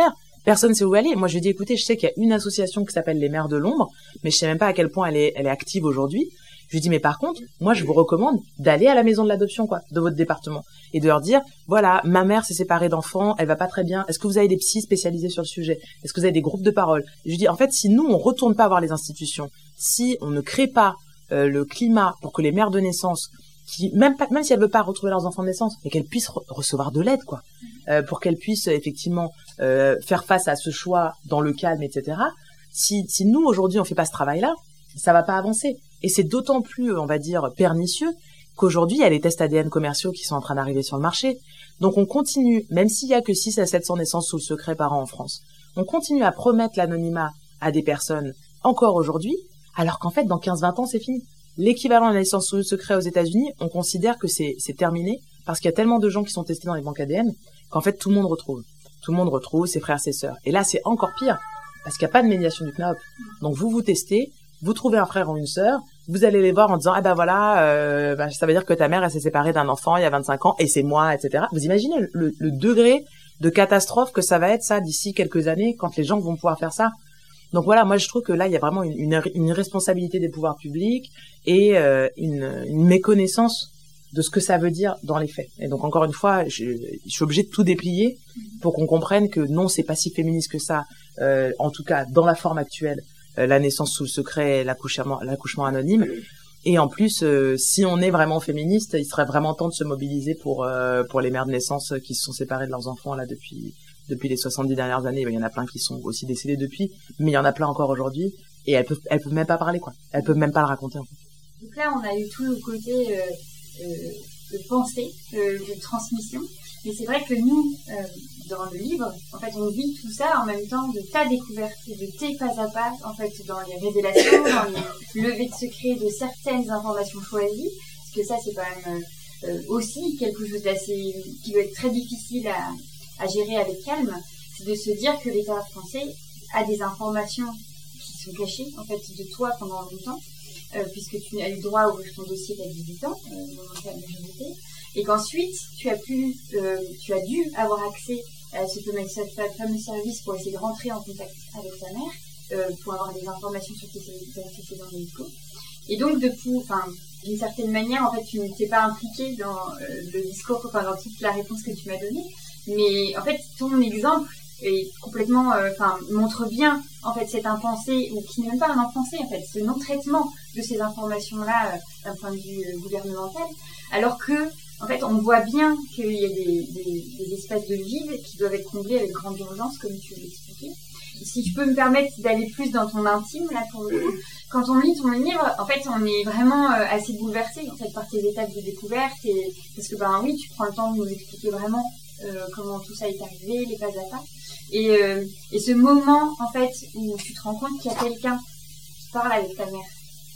Personne sait où aller. Moi, je lui ai dit, écoutez, je sais qu'il y a une association qui s'appelle les Mères de l'Ombre, mais je sais même pas à quel point elle est, elle est active aujourd'hui. Je lui dis, mais par contre, moi, je vous recommande d'aller à la maison de l'adoption, quoi, de votre département. Et de leur dire, voilà, ma mère s'est séparée d'enfants, elle va pas très bien. Est-ce que vous avez des psys spécialisés sur le sujet? Est-ce que vous avez des groupes de parole? Je lui dis, en fait, si nous, on retourne pas voir les institutions, si on ne crée pas euh, le climat pour que les mères de naissance, qui, même pas, même si elles veulent pas retrouver leurs enfants de naissance, mais qu'elles puissent re- recevoir de l'aide, quoi, euh, pour qu'elles puissent, effectivement, euh, faire face à ce choix dans le calme, et cetera. Si, si nous, aujourd'hui, on fait pas ce travail-là, ça va pas avancer. Et c'est d'autant plus, on va dire, pernicieux qu'aujourd'hui, il y a les tests A D N commerciaux qui sont en train d'arriver sur le marché. Donc, on continue, même s'il y a que six à sept cents naissances sous le secret par an en France, on continue à promettre l'anonymat à des personnes encore aujourd'hui, alors qu'en fait, dans quinze vingt ans, c'est fini. L'équivalent de la naissance sous le secret aux États-Unis, on considère que c'est, c'est terminé parce qu'il y a tellement de gens qui sont testés dans les banques A D N qu'en fait, tout le monde retrouve. Tout le monde retrouve ses frères, ses sœurs. Et là, c'est encore pire parce qu'il n'y a pas de médiation du C N A O P. Donc, vous vous testez, vous trouvez un frère ou une sœur, vous allez les voir en disant, ah ben voilà, euh, bah, ça veut dire que ta mère, elle s'est séparée d'un enfant il y a vingt-cinq ans, et c'est moi, et cetera. Vous imaginez le, le degré de catastrophe que ça va être, ça, d'ici quelques années, quand les gens vont pouvoir faire ça. Donc voilà, moi je trouve que là, il y a vraiment une, une, une responsabilité des pouvoirs publics et euh, une, une méconnaissance de ce que ça veut dire dans les faits. Et donc encore une fois, je, je suis obligée de tout déplier pour qu'on comprenne que non, c'est pas si féministe que ça, euh, en tout cas dans la forme actuelle, la naissance sous le secret, l'accouchement, l'accouchement anonyme. Et en plus, euh, si on est vraiment féministe, il serait vraiment temps de se mobiliser pour euh, pour les mères de naissance qui se sont séparées de leurs enfants là depuis depuis les soixante-dix dernières années. Il y en a plein qui sont aussi décédés depuis, mais il y en a plein encore aujourd'hui. Et elles peuvent elles peuvent même pas parler, quoi. Elles peuvent même pas le raconter, en fait. Donc là, on a eu tout le côté euh, euh, de pensée, euh, de transmission. Mais c'est vrai que nous, euh, dans le livre, en fait, on vit tout ça en même temps de ta découverte et de tes pas à pas, en fait, dans les révélations, dans les levées de secret de certaines informations choisies. Parce que ça, c'est quand même euh, aussi quelque chose d'assez, qui doit être très difficile à, à gérer avec calme. C'est de se dire que l'État français a des informations qui sont cachées, en fait, de toi pendant longtemps, euh, puisque tu as eu droit à ouvrir ton dossier à dix-huit ans, euh, dans la majorité. Et qu'ensuite, tu as pu, euh, tu as dû avoir accès à ce fameux, ce fameux service pour essayer de rentrer en contact avec ta mère, euh, pour avoir des informations sur tes antécédents médicaux. Et donc, de pour, enfin, d'une certaine manière, en fait, tu ne t'es pas impliqué dans euh, le discours, enfin, dans toute la réponse que tu m'as donnée. Mais en fait, ton exemple est complètement, enfin, euh, montre bien, en fait, cette impensée, ou qui n'est même pas un impensé, en fait, ce non-traitement de ces informations-là, euh, d'un point de vue euh, gouvernemental, alors que en fait, on voit bien qu'il y a des, des, des espaces de vide qui doivent être comblés avec grande urgence, comme tu l'expliquais. Si tu peux me permettre d'aller plus dans ton intime, là, pour le coup, quand on lit ton livre, en fait, on est vraiment euh, assez bouleversé, en fait, par tes étapes de découverte, et parce que, ben oui, tu prends le temps de nous expliquer vraiment euh, comment tout ça est arrivé, les pas à pas. Et, euh, et ce moment, en fait, où tu te rends compte qu'il y a quelqu'un qui parle avec ta mère,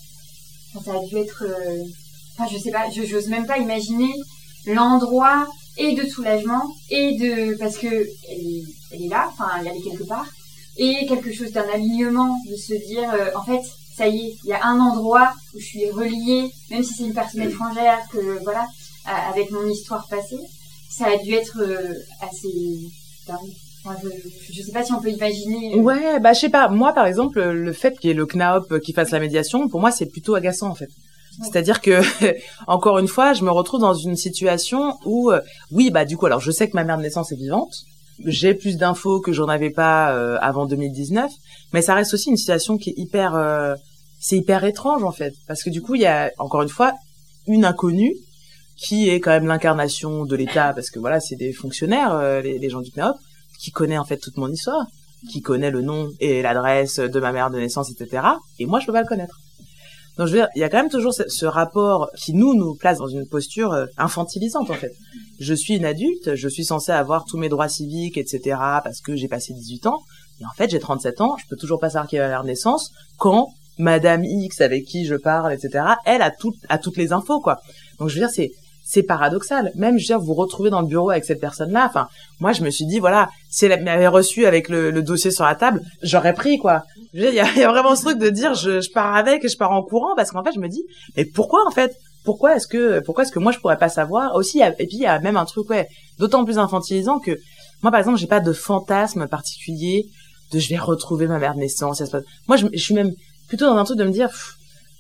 enfin, ça a dû être... Euh, Enfin, je sais pas, je j'ose même pas imaginer l'endroit et de soulagement et de parce que elle est, elle est là, enfin elle est quelque part, et quelque chose d'un alignement de se dire euh, en fait ça y est, il y a un endroit où je suis reliée, même si c'est une personne étrangère que voilà, avec mon histoire passée, ça a dû être euh, assez dingue. Enfin, je, je sais pas si on peut imaginer. Euh... Ouais, bah je sais pas. Moi par exemple, le fait qu'il y ait le C N A O P qui fasse la médiation, pour moi c'est plutôt agaçant en fait. C'est-à-dire que, encore une fois, je me retrouve dans une situation où, euh, oui, bah du coup, alors je sais que ma mère de naissance est vivante, j'ai plus d'infos que j'en avais pas euh, avant deux mille dix-neuf, mais ça reste aussi une situation qui est hyper, euh, c'est hyper étrange en fait, parce que du coup, il y a encore une fois une inconnue qui est quand même l'incarnation de l'État, parce que voilà, c'est des fonctionnaires, euh, les, les gens du C N A O P, qui connaît en fait toute mon histoire, qui connaît le nom et l'adresse de ma mère de naissance, et cetera. Et moi, je peux pas le connaître. Donc je veux dire, il y a quand même toujours ce, ce rapport qui nous nous place dans une posture euh, infantilisante en fait. Je suis une adulte, je suis censée avoir tous mes droits civiques, et cetera parce que j'ai passé dix-huit ans. Et en fait, j'ai trente-sept ans, je peux toujours pas savoir qui est ma mère de naissance quand Madame X avec qui je parle, et cetera. Elle a tout, a toutes les infos quoi. Donc je veux dire, c'est c'est paradoxal. Même je veux dire, vous vous retrouvez dans le bureau avec cette personne-là. Enfin, moi je me suis dit voilà, si elle m'avait reçu avec le, le dossier sur la table, j'aurais pris quoi. Il y a, y a vraiment ce truc de dire je, je pars avec et je pars en courant parce qu'en fait je me dis mais pourquoi en fait pourquoi est-ce que pourquoi est-ce que moi je pourrais pas savoir aussi? Y a, et puis il y a même un truc ouais d'autant plus infantilisant que moi par exemple j'ai pas de fantasme particulier de je vais retrouver ma mère de naissance. Moi je, je suis même plutôt dans un truc de me dire pff,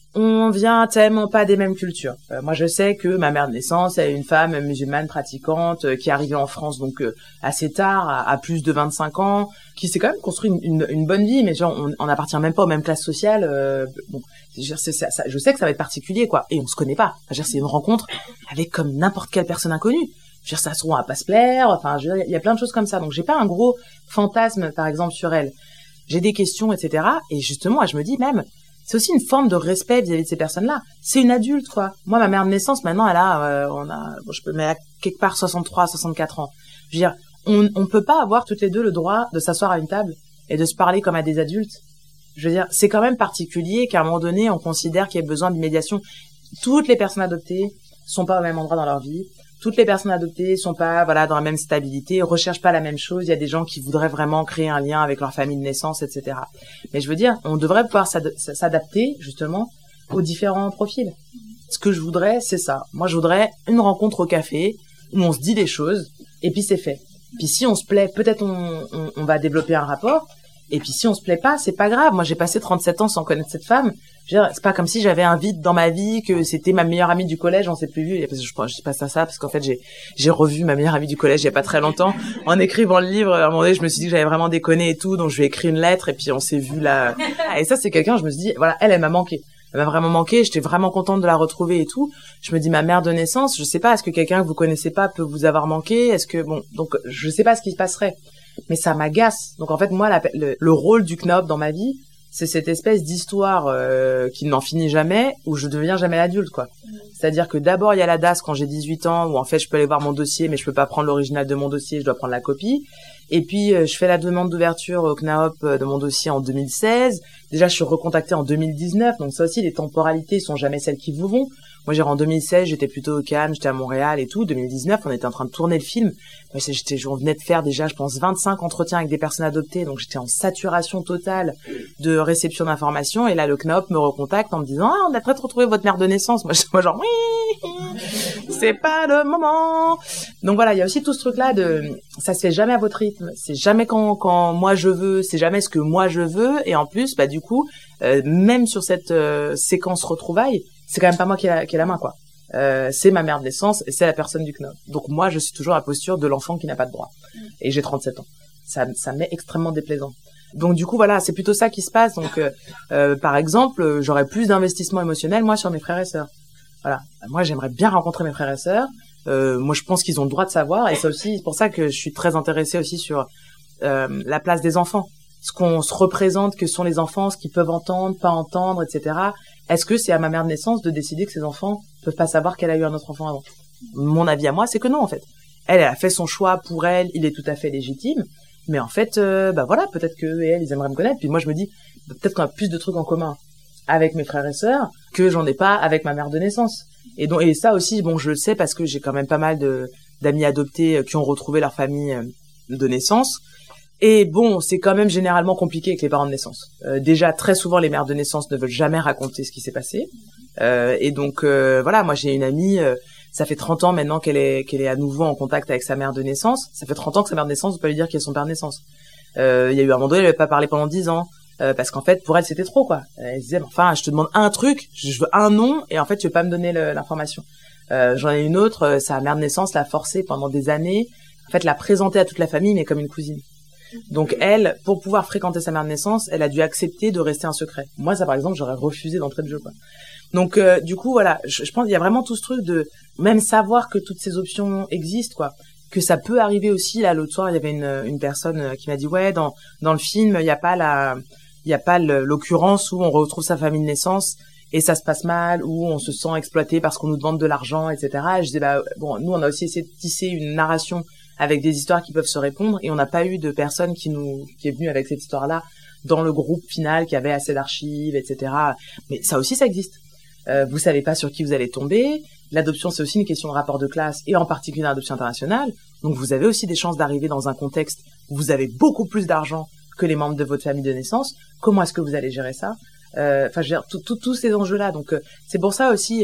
on vient tellement pas des mêmes cultures. Euh, moi, je sais que ma mère de naissance est une femme musulmane pratiquante euh, qui est arrivée en France donc euh, assez tard, à, à plus de vingt-cinq ans, qui s'est quand même construit une, une, une bonne vie, mais genre on, on appartient même pas aux mêmes classes sociales. Euh, bon, je, c'est, ça, ça, je sais que ça va être particulier, quoi. Et on se connaît pas. Je veux dire, c'est une rencontre avec comme n'importe quelle personne inconnue. Je veux dire, ça se trouve, on va pas se plaire. Enfin, je veux dire, il y a plein de choses comme ça. Donc, j'ai pas un gros fantasme, par exemple, sur elle. J'ai des questions, et cetera. Et justement, je me dis même. C'est aussi une forme de respect vis-à-vis de ces personnes-là. C'est une adulte, quoi. Moi, ma mère de naissance, maintenant, elle a, euh, on a, bon, je peux mettre quelque part soixante-trois, soixante-quatre ans. Je veux dire, on, on peut pas avoir toutes les deux le droit de s'asseoir à une table et de se parler comme à des adultes. Je veux dire, c'est quand même particulier qu'à un moment donné, on considère qu'il y a besoin de médiation. Toutes les personnes adoptées sont pas au même endroit dans leur vie. Toutes les personnes adoptées sont pas, voilà, dans la même stabilité, recherchent pas la même chose. Il y a des gens qui voudraient vraiment créer un lien avec leur famille de naissance, et cetera. Mais je veux dire, on devrait pouvoir s'ad- s'adapter, justement, aux différents profils. Ce que je voudrais, c'est ça. Moi, je voudrais une rencontre au café où on se dit des choses et puis c'est fait. Puis si on se plaît, peut-être on, on, on va développer un rapport. Et puis si on se plaît pas, c'est pas grave. Moi, j'ai passé trente-sept ans sans connaître cette femme. Je veux dire, c'est pas comme si j'avais un vide dans ma vie, que c'était ma meilleure amie du collège, on s'est plus vu. Et parce que je, je passe à ça parce qu'en fait, j'ai j'ai revu ma meilleure amie du collège il y a pas très longtemps. En écrivant le livre, à un moment donné, je me suis dit que j'avais vraiment déconné et tout, donc je lui ai écrit une lettre et puis on s'est vu là. Et ça, c'est quelqu'un, je me suis dit, voilà, elle, elle m'a manqué. Elle m'a vraiment manqué, j'étais vraiment contente de la retrouver et tout. Je me dis, ma mère de naissance, je sais pas, est-ce que quelqu'un que vous connaissez pas peut vous avoir manqué? Est-ce que, bon, donc, je sais pas ce qui se passerait. Mais ça m'agace. Donc en fait, moi, la, le, le rôle du K N O B dans ma vie, c'est cette espèce d'histoire euh, qui n'en finit jamais, où je deviens jamais l'adulte, quoi. Mmh. C'est-à-dire que d'abord, il y a la D A S quand j'ai dix-huit ans, où en fait, je peux aller voir mon dossier, mais je peux pas prendre l'original de mon dossier, je dois prendre la copie. Et puis, euh, je fais la demande d'ouverture au K N A O P de mon dossier en deux mille seize. Déjà, je suis recontactée en deux mille dix-neuf, donc ça aussi, les temporalités sont jamais celles qui vous vont. Moi, j'ai en deux mille seize, j'étais plutôt au Cannes, j'étais à Montréal et tout. deux mille dix-neuf, on était en train de tourner le film. Moi, j'étais, on venait de faire déjà, je pense, vingt-cinq entretiens avec des personnes adoptées, donc j'étais en saturation totale de réception d'informations. Et là, le K N O P me recontacte en me disant, ah, on a peut-être retrouvé votre mère de naissance. Moi, moi genre, oui, c'est pas le moment. Donc voilà, il y a aussi tout ce truc-là de, ça se fait jamais à votre rythme. C'est jamais quand, quand moi je veux, c'est jamais ce que moi je veux. Et en plus, bah, du coup, euh, même sur cette euh, séquence retrouvailles, c'est quand même pas moi qui ai la, qui ai la main, quoi. Euh, c'est ma mère de naissance et c'est la personne du K N O P. Donc moi, je suis toujours à la posture de l'enfant qui n'a pas de droit. Et j'ai trente-sept ans. Ça, ça m'est extrêmement déplaisant. Donc du coup, voilà, c'est plutôt ça qui se passe. Donc, euh, euh, par exemple, j'aurais plus d'investissement émotionnel, moi, sur mes frères et sœurs. Voilà. Moi, j'aimerais bien rencontrer mes frères et sœurs. Euh, moi, je pense qu'ils ont le droit de savoir. Et c'est aussi c'est pour ça que je suis très intéressée aussi sur euh, la place des enfants. Ce qu'on se représente, que sont les enfants, ce qu'ils peuvent entendre, pas entendre, et cetera. Est-ce que c'est à ma mère de naissance de décider que ces enfants peuvent pas savoir qu'elle a eu un autre enfant avant? Mon avis à moi, c'est que non, en fait. Elle, elle a fait son choix pour elle, il est tout à fait légitime. Mais en fait, euh, bah voilà, peut-être qu'eux et elle, ils aimeraient me connaître. Puis moi, je me dis, peut-être qu'on a plus de trucs en commun avec mes frères et sœurs que j'en ai pas avec ma mère de naissance. Et donc, et ça aussi, bon, je le sais parce que j'ai quand même pas mal de, d'amis adoptés qui ont retrouvé leur famille de naissance. Et bon, c'est quand même généralement compliqué avec les parents de naissance. Euh, déjà, très souvent, les mères de naissance ne veulent jamais raconter ce qui s'est passé. Euh, et donc, euh, voilà, moi, j'ai une amie, euh, ça fait trente ans maintenant qu'elle est, qu'elle est à nouveau en contact avec sa mère de naissance. Ça fait trente ans que sa mère de naissance ne peut pas lui dire qui est son père de naissance. Euh, il y a eu un moment donné, elle n'avait pas parlé pendant dix ans. Euh, parce qu'en fait, pour elle, c'était trop, quoi. Elle disait, enfin, je te demande un truc, je veux un nom, et en fait, tu veux pas me donner le, l'information. Euh, j'en ai une autre, euh, sa mère de naissance l'a forcée pendant des années, en fait, l'a présentée à toute la famille, mais comme une cousine. Donc elle, pour pouvoir fréquenter sa mère de naissance, elle a dû accepter de rester un secret. Moi, ça par exemple, j'aurais refusé d'entrer de jeu, quoi. Donc euh, du coup, voilà, je, je pense qu'il y a vraiment tout ce truc de même savoir que toutes ces options existent, quoi. Que ça peut arriver aussi. Là, l'autre soir, il y avait une, une personne qui m'a dit, ouais, dans dans le film, il y a pas la, il y a pas le, l'occurrence où on retrouve sa famille de naissance et ça se passe mal, où on se sent exploité parce qu'on nous demande de l'argent, et cetera. Et je disais, bah bon, nous, on a aussi essayé de tisser une narration avec des histoires qui peuvent se répondre, et on n'a pas eu de personne qui nous, qui est venue avec cette histoire-là dans le groupe final qui avait assez d'archives, et cetera. Mais ça aussi, ça existe. Euh, vous savez pas sur qui vous allez tomber. L'adoption, c'est aussi une question de rapport de classe, et en particulier l'adoption internationale. Donc, vous avez aussi des chances d'arriver dans un contexte où vous avez beaucoup plus d'argent que les membres de votre famille de naissance. Comment est-ce que vous allez gérer ça? Enfin, euh, je veux dire, tous ces enjeux-là. Donc, euh, c'est pour ça aussi, euh,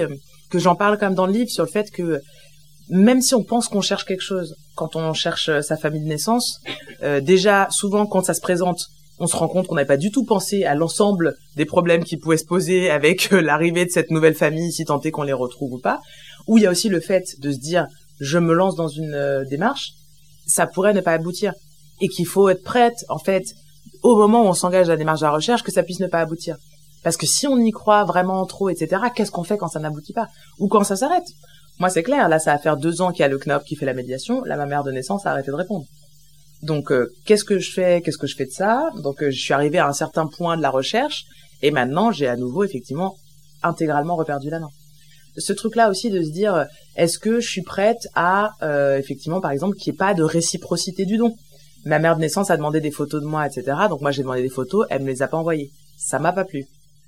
que j'en parle quand même dans le livre sur le fait que même si on pense qu'on cherche quelque chose, quand on cherche sa famille de naissance, euh, déjà souvent quand ça se présente, on se rend compte qu'on n'avait pas du tout pensé à l'ensemble des problèmes qui pouvaient se poser avec euh, l'arrivée de cette nouvelle famille, si tant est qu'on les retrouve ou pas. Ou il y a aussi le fait de se dire je me lance dans une euh, démarche, ça pourrait ne pas aboutir et qu'il faut être prête en fait au moment où on s'engage dans la démarche de la recherche que ça puisse ne pas aboutir. Parce que si on y croit vraiment trop, et cetera, qu'est-ce qu'on fait quand ça n'aboutit pas ou quand ça s'arrête? Moi, c'est clair, là, ça va faire deux ans qu'il y a le C N O P qui fait la médiation. Là, ma mère de naissance a arrêté de répondre. Donc, euh, qu'est-ce que je fais Qu'est-ce que je fais de ça? Donc, euh, je suis arrivée à un certain point de la recherche et maintenant, j'ai à nouveau, effectivement, intégralement reperdu la main. Ce truc-là aussi de se dire, est-ce que je suis prête à, euh, effectivement, par exemple, qu'il n'y ait pas de réciprocité du don? Ma mère de naissance a demandé des photos de moi, et cetera. Donc, moi, j'ai demandé des photos, elle me les a pas envoyées. Ça m'a pas plu.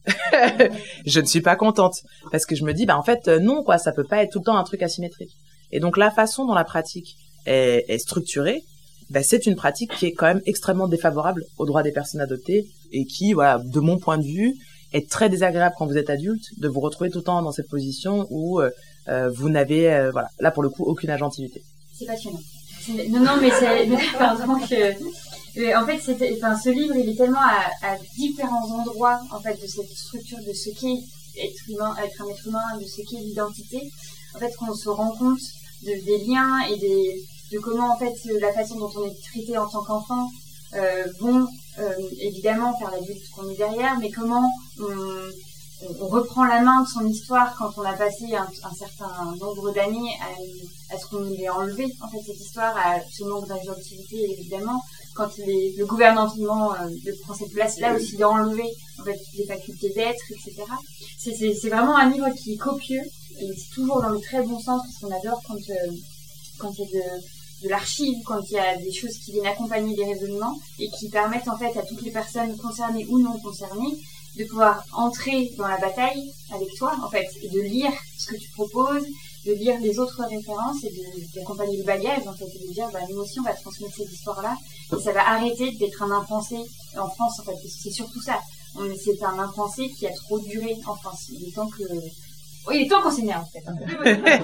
Je ne suis pas contente parce que je me dis bah en fait euh, non quoi, ça peut pas être tout le temps un truc asymétrique. Et donc la façon dont la pratique est, est structurée, bah, c'est une pratique qui est quand même extrêmement défavorable aux droits des personnes adoptées et qui voilà de mon point de vue est très désagréable quand vous êtes adulte de vous retrouver tout le temps dans cette position où euh, euh, vous n'avez euh, voilà là pour le coup aucune agentivité. C'est passionnant. C'est... Non non mais c'est pardon que en fait, c'était, enfin, ce livre, il est tellement à, à différents endroits, en fait, de cette structure de ce qu'est être humain, être un être humain, de ce qu'est l'identité. En fait, qu'on se rend compte de, des liens et des, de comment, en fait, la façon dont on est traité en tant qu'enfant, euh, vont, euh, évidemment, faire l'adulte qu'on est derrière, mais comment on, on reprend la main de son histoire quand on a passé un, un certain nombre d'années à, à ce qu'on lui ait enlevé, en fait, cette histoire, à ce manque d'agentivité, évidemment. Quand les, le gouvernement euh, prend cette place-là aussi d'enlever en fait, les facultés d'être, et cetera. C'est, c'est, c'est vraiment un livre qui est copieux et c'est toujours dans le très bon sens parce qu'on adore quand euh, quand il y a de, de l'archive, quand il y a des choses qui viennent accompagner des raisonnements et qui permettent en fait à toutes les personnes concernées ou non concernées de pouvoir entrer dans la bataille avec toi en fait et de lire ce que tu proposes, de lire les autres références et de, d'accompagner le bagage en fait et de dire bah nous aussi on va transmettre cette histoire-là et ça va arrêter d'être un impensé en France en fait parce que c'est surtout ça. On, c'est un impensé qui a trop duré en France. Il est temps que oui, il est temps qu'on s'énerve en fait.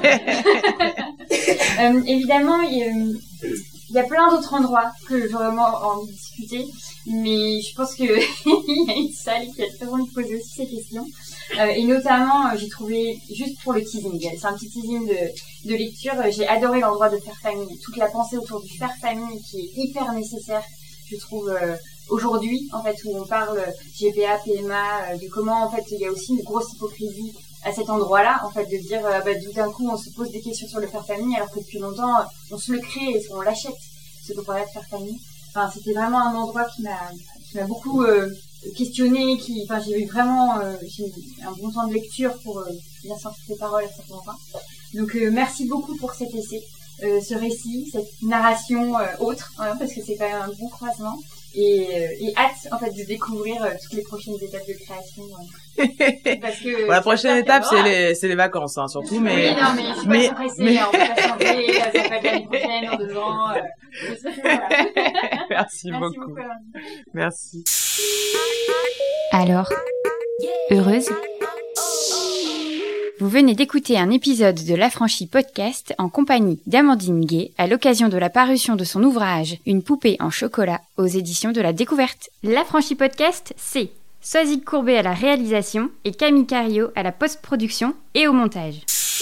euh, évidemment, il, il y a plein d'autres endroits que j'ai vraiment envie de discuter, mais je pense que il y a une salle qui a très envie de poser aussi ces questions. Euh, et notamment, euh, j'ai trouvé, juste pour le teasing, c'est un petit teasing de, de lecture, euh, j'ai adoré l'endroit de faire famille, toute la pensée autour du faire famille qui est hyper nécessaire, je trouve, euh, aujourd'hui, en fait, où on parle G P A, P M A, euh, de comment, en fait, il y a aussi une grosse hypocrisie à cet endroit-là, en fait, de dire, euh, bah, tout d'un coup, on se pose des questions sur le faire famille, alors que depuis longtemps, euh, on se le crée et on l'achète, ce endroit-là de faire famille. Enfin, c'était vraiment un endroit qui m'a, qui m'a beaucoup, euh, questionné, qui, enfin, j'ai eu vraiment, euh, j'ai eu un bon temps de lecture pour euh, bien sentir tes paroles à certains endroits. Donc, euh, merci beaucoup pour cet essai, euh, ce récit, cette narration euh, autre, hein, parce que c'est quand même un bon croisement. Et, euh, et hâte, en fait, de découvrir euh, toutes les prochaines étapes de création. Euh, parce que bon, la prochaine étape, c'est les, c'est les vacances, hein, surtout, mais. Oui, non, mais je suis mais... pas pressée, mais... hein, on peut pas changer, ça peut être l'année prochaine, en deux ans. Euh, que, voilà. Merci, Merci beaucoup. beaucoup Merci. Alors, heureuse? Vous venez d'écouter un épisode de l'Affranchi Podcast en compagnie d'Amandine Gay à l'occasion de la parution de son ouvrage « Une poupée en chocolat » aux éditions de La Découverte. L'Affranchi Podcast, c'est Soazic Courbet à la réalisation et Camille Cario à la post-production et au montage.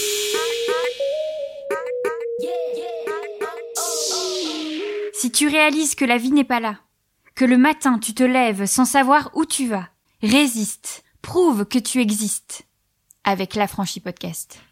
Si tu réalises que la vie n'est pas là, que le matin tu te lèves sans savoir où tu vas, résiste, prouve que tu existes avec l'Affranchi Podcast.